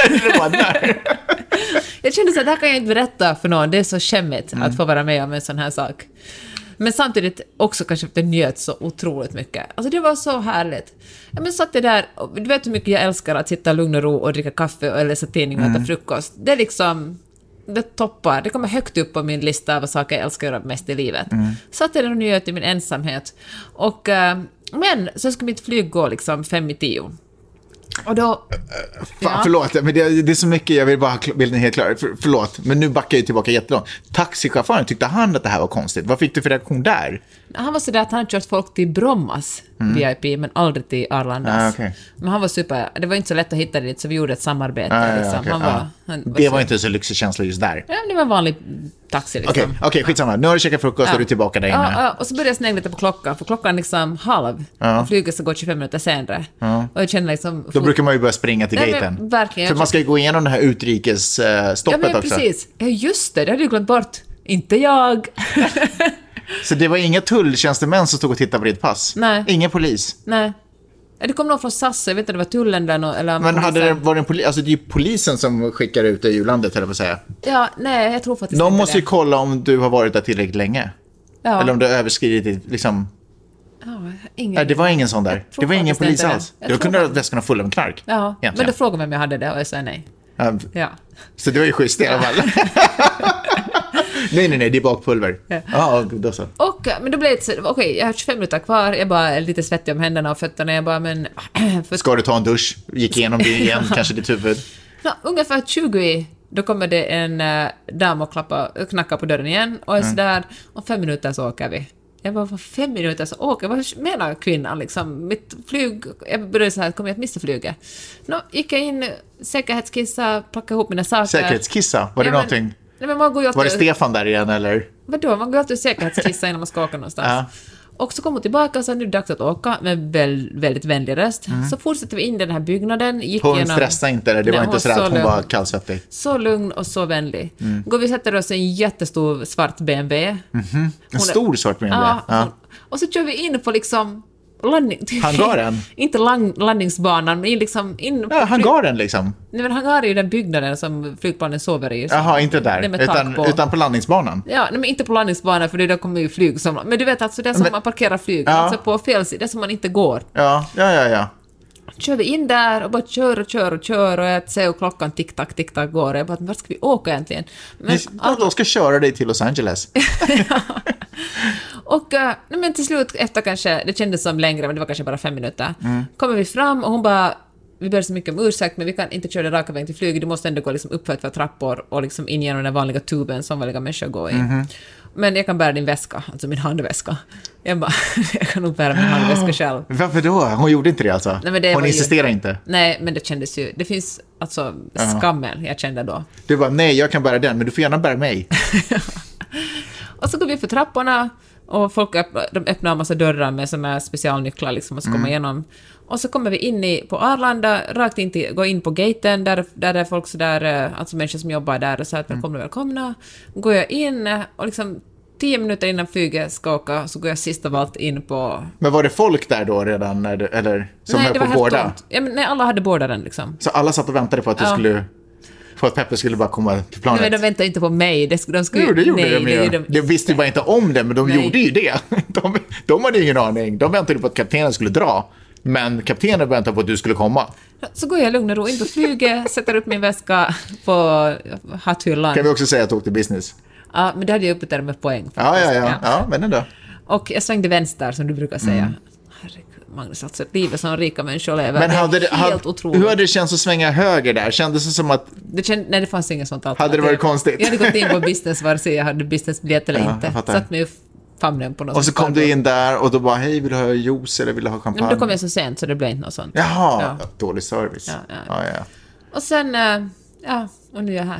Här... jag kände så att det här kan jag inte berätta för någon. Det är så skämmigt mm. att få vara med om en sån här sak. Men samtidigt också kanske att det njöt så otroligt mycket. Alltså det var så härligt. Ja, men satt det där, du vet hur mycket jag älskar att sitta lugn och ro och dricka kaffe och läsa tidning och äta mm. frukost. Det är liksom, det toppar. Det kommer högt upp på min lista av saker jag älskar göra mest i livet. Mm. Satt det där och njöt i min ensamhet. Och, men så skulle mitt flyg gå liksom fem i tio. Och då... Fan, ja. Förlåt, men det, det är så mycket jag vill bara ha bilden helt klar. För, förlåt, men nu backar jag tillbaka jättelångt. Taxichauffören, tyckte han att det här var konstigt? Vad fick du för reaktion där? Han var så där att han kört folk till Brommas mm. V I P, men aldrig till Arlandas. Ah, okay. Men han var super, det var inte så lätt att hitta dit, så vi gjorde ett samarbete. Ah, ja, liksom. okay. han var, ah. han var det så... var inte så lyxig känsla just där. Ja, det var en vanlig taxi liksom. Okej, okay, okay, skitsamma. Nu har du käkat frukost ja. och du är tillbaka där inne. Ja, ja, och så började jag snägla lite på klockan, för klockan liksom halv. Ja. Och flyget ska gå tjugofem minuter senare. Ja. Och jag känner liksom... Då brukar man ju börja springa till Nej, gaten. Men, verkligen. För man ska ju gå igenom det här utrikesstoppet ja, men också. Precis. Ja, just det. Det hade du glömt bort. Inte jag. Så det var inga tulltjänstemän som stod och tittade på ditt pass? Nej. Ingen polis? Nej. Det kom någon från S A S, jag vet inte, det var tullen där no, eller men hade det, var det en polis, alltså det är ju polisen som skickar ut dig ur landet, eller vad säga. Ja, nej, jag tror faktiskt de inte måste det. ju kolla om du har varit där tillräckligt länge. Ja. Eller om du har överskridit liksom... Ja, ingen... Nej, det var ingen sån där. Det var ingen polis alls. Jag kunde ha väskorna fulla med knark. Ja, egentligen. Men då frågade mig om jag hade det och jag sa nej. Um, ja. Så det var ju schysst i alla fall. nej, nej, nej, det är bakpulver. Ja, ah, då så. Och, men då blev det så, okej, okay, jag har tjugofem minuter kvar, jag bara är lite svettig om händerna och fötterna, jag bara, men... för... Ska du ta en dusch? Gick igenom det igen, kanske ditt huvud? No, ungefär tjugo i, då kommer det en uh, dam och klappa, knacka på dörren igen och är mm. sådär, om fem minuter så åker vi. Jag bara, för fem minuter så åker, vad menar kvinnan liksom? Mitt flyg, jag började så här, kommer jag att missa flyget? No, gick jag in, säkerhetskissa, packade ihop mina saker. Säkerhetskissa? Var det ja, någonting? Men, nej, men man går ju var det Stefan där igen eller? Vadå? Man går alltid säkerhetskissa innan man ska åka någonstans. Ja. Och så kom hon tillbaka och sa nu är det dags att åka med väl, väldigt vänlig röst. Mm. Så fortsätter vi in i den här byggnaden. Gick hon genom... stressade inte, det nej, var inte så, så att hon var kallsvettig. Så lugn och så vänlig. Mm. Går vi sätter oss i en jättestor svart B M W. Mm-hmm. En stor svart B M W? Ja. ja. Och så kör vi in på liksom... Landning, hangaren? Inte lang, landningsbanan, men liksom... In ja, hangaren liksom. Nej, men hangar är ju den byggnaden som flygplanen sover i. Jaha, inte där. Utan på. utan på landningsbanan? Ja, nej, men inte på landningsbanan, för det kommer ju flyg som... Men du vet, alltså det är som men, man parkerar flyg. Ja. Alltså på fel sida, det som man inte går. Ja, ja, ja, ja. Kör vi in där och bara kör och kör och kör och jag ser och klockan tick-tack, tick-tack går. Och jag bara, vart ska vi åka egentligen? Men, Ni all... då ska köra dig till Los Angeles. Ja. Och uh, men till slut, efter kanske, det kändes som längre, men det var kanske bara fem minuter, mm. kommer vi fram och hon bara, vi ber så mycket om ursäkt, men vi kan inte köra raka vägen till flyget, du måste ändå gå liksom upp för ett par trappor och liksom in genom den vanliga tuben som vanliga människor går i. Mm-hmm. Men jag kan bära din väska, alltså min handväska. Jag bara, jag kan nog bära min handväska själv. Varför då? Hon gjorde inte det alltså? Nej, men det hon insisterar ju... inte? Nej, men det kändes ju, det finns alltså skammen jag kände då. Du bara, nej jag kan bära den, men du får gärna bära mig. Och så går vi för trapporna och folk öppnar, de öppnar en massa dörrar med såna här specialnycklar liksom och så kommer mm. igenom. Och så kommer vi in i, på Arlanda, rakt in till, går in på gaten där, där det är folk så där, alltså människor som jobbar där och så att välkomna, välkomna. Går jag in och liksom tio minuter innan flyget ska åka så går jag sist av allt in på... Men var det folk där då redan, eller som nej, är på båda? Ja, men nej, alla hade bådaren liksom. Så alla satt och väntade på att du ja. skulle... För att Peppe skulle bara komma till planet. Nej, men de väntade inte på mig. De skulle, de skulle, jo, det gjorde nej, de ju. De, de visste ju bara inte om det, men de nej. gjorde ju det. De, de hade ingen aning. De väntade på att kaptenen skulle dra. Men kaptenen väntade på att du skulle komma. Så går jag lugn och ro in på flyget, sätter upp min väska på hatthyllan. Kan vi också säga att du åkte business? Ja, men det hade jag uppe där med poäng. Ja, ja, ja, ja. Men ändå. Och jag svängde vänster, som du brukar säga. Mm. Herregud, Magnus, alltså livet som rika människor lever. Men hade det, helt hade, otroligt. Hur hade det känts att svänga höger där? Kändes det som att... Det känd, nej, det fanns inget sånt alternativ. Hade det varit konstigt? Jag hade gått in på business vare sig jag hade businessbiljett eller ja, inte. Satt mig i famnen på något. Och så kom du in där och då bara, hej, vill du ha juice eller vill du ha champagne? Men då kom jag så sent så det blev inte något sånt. Jaha, ja. Dålig service. Ja, ja. Ja, ja. Och sen, ja, och nu är jag här.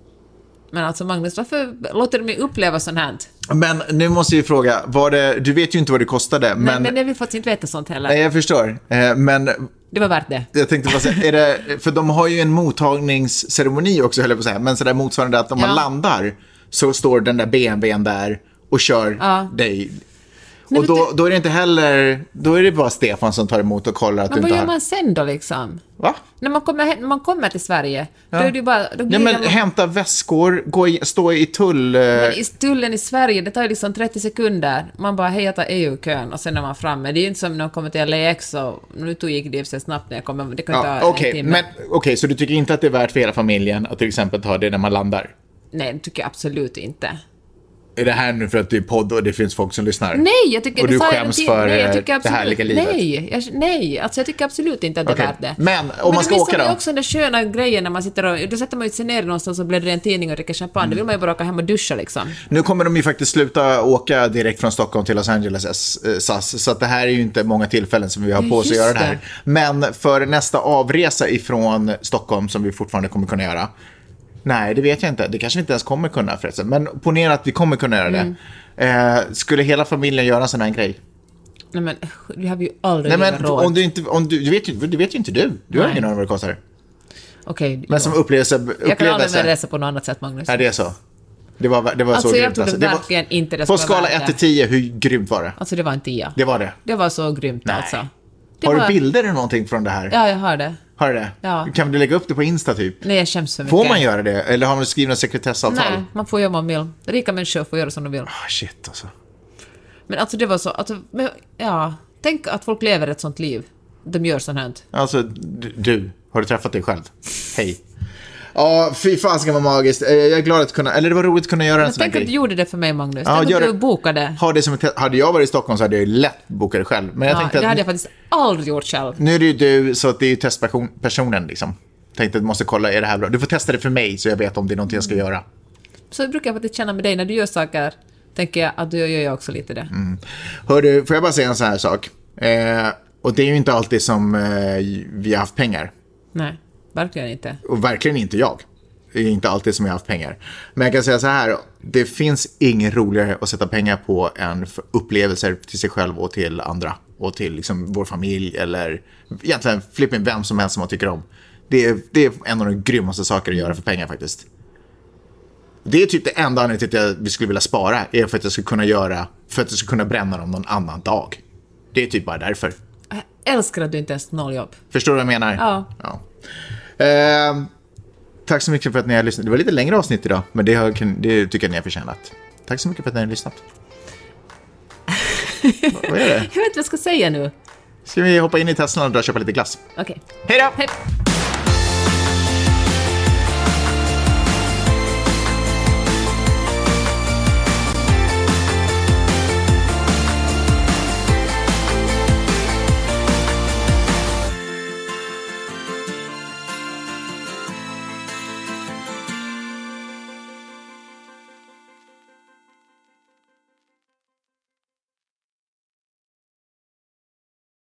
Men alltså Magnus, varför låter du mig uppleva sånt här? Men nu måste jag ju fråga, var det, du vet ju inte vad det kostade. Men, nej, men jag vill faktiskt inte veta sånt heller. Nej, jag förstår. Men det var värt det. Jag tänkte bara säga, är det, för de har ju en mottagningsceremoni också, höll jag på att säga. Men så där motsvarande att om ja. man landar så står den där B M W:n där och kör ja. dig. Nej, och då, då är det inte heller, då är det bara Stefan som tar emot och kollar att men du inte har... Men vad gör man sen då liksom? Va? När man kommer, när man kommer till Sverige, ja. då är det ju bara... Då Nej, men man... hämta väskor, gå i, stå i tull... Men i tullen i Sverige, det tar ju liksom trettio sekunder. Man bara, hej, jag tar E U-kön och sen är man framme. Det är ju inte som när man kommer till L A X och nu tog gick det så snabbt när jag kommer, det kan ja, ta okay, en timme. Men okej, okay, så du tycker inte att det är värt för hela familjen att till exempel ta det när man landar? Nej, det tycker jag absolut inte. Är det här nu för att det är podd och det finns folk som lyssnar? Nej, jag tycker... Och du skäms för nej, jag tycker absolut, det härliga livet? Nej, jag, nej, alltså jag tycker absolut inte att det är okay. värt det. Men om man ska åka då? Men det är också den sköna grejen när man sitter och... Då sätter man ju sig ner någonstans och bläddrar en tidning och dricker champagne. Mm. Då vill man ju bara åka hem och duscha liksom. Nu kommer de ju faktiskt sluta åka direkt från Stockholm till Los Angeles S A S. Så att det här är ju inte många tillfällen som vi har på oss att göra det här. Det. Men för nästa avresa ifrån Stockholm som vi fortfarande kommer kunna göra. Nej, det vet jag inte. Det kanske vi inte ens kommer kunna förresten. Men ponera att vi kommer kunna göra det. Mm. Eh, skulle hela familjen göra en sån här grej? Nej, men vi har ju aldrig Nej, men råd. Om du inte... Om du, du, vet ju, du vet ju inte du. Du har ingen aning vad det kostar. Okej. Okay, men som upplevelse... upplevelse jag kan aldrig resa på något annat sätt, Magnus. Ja, det är så. Det var, det var alltså, så jag grymt. Trodde alltså, det verkligen var, inte det på skala ett till tio, hur grymt var det? Alltså, det var en tia. Det var det? Det var så grymt, Nej. alltså. Det har var... du bilder eller någonting från det här? Ja, jag har det. Har du det? Ja. Kan du lägga upp det på Insta typ? Nej, jag känns så mycket. Får man göra det? Eller har man skrivna sekretessavtal? Nej, man får göra vad man vill. Rika människor får göra som de vill. Ah, shit alltså. Men alltså det var så, alltså, men, ja, tänk att folk lever ett sånt liv. De gör sånt här. Alltså, du, har du träffat dig själv? Hej. Ja, fy fan ska vara magiskt. Jag är glad att kunna, eller det var roligt att kunna göra en sån här grej. Tänk att du gjorde det för mig, Magnus. Ja, tänk att du bokade. Ha det som ett, hade jag varit i Stockholm så hade jag ju lätt bokat det själv. Men jag ja, tänkte det att, hade jag faktiskt aldrig gjort själv. Nu är det ju du, så att det är ju testpersonen liksom. Tänkte att måste kolla, är det här bra? Du får testa det för mig så jag vet om det är något jag ska göra. Så brukar jag faktiskt känna med dig när du gör saker, tänker jag att då gör jag också lite det. Mm. Hör du, får jag bara säga en sån här sak? Eh, och det är ju inte alltid som eh, vi har haft pengar. Nej, verkligen inte. Och verkligen inte jag. Det är inte alltid som jag har haft pengar. Men jag kan säga så här, det finns ingen roligare att sätta pengar på än för upplevelser till sig själv och till andra. Och till liksom vår familj eller egentligen flippen vem som helst som man tycker om. Det är, det är en av de grymmaste saker att göra för pengar faktiskt. Det är typ det enda anledningen till att jag vi skulle vilja spara är för att jag ska kunna göra, för att jag ska kunna bränna dem någon annan dag. Det är typ bara därför. Jag älskar att du inte ens noll jobb. Förstår du vad jag menar? Ja. ja. Eh, tack så mycket för att ni har lyssnat. Det var lite längre avsnitt idag, men det, har, det tycker jag ni har förtjänat. Tack så mycket för att ni har lyssnat. Vad är det? Jag vet inte vad jag ska säga nu. Ska vi hoppa in i Tesla och dra och köpa lite glass? Okej. Hej då! Hej.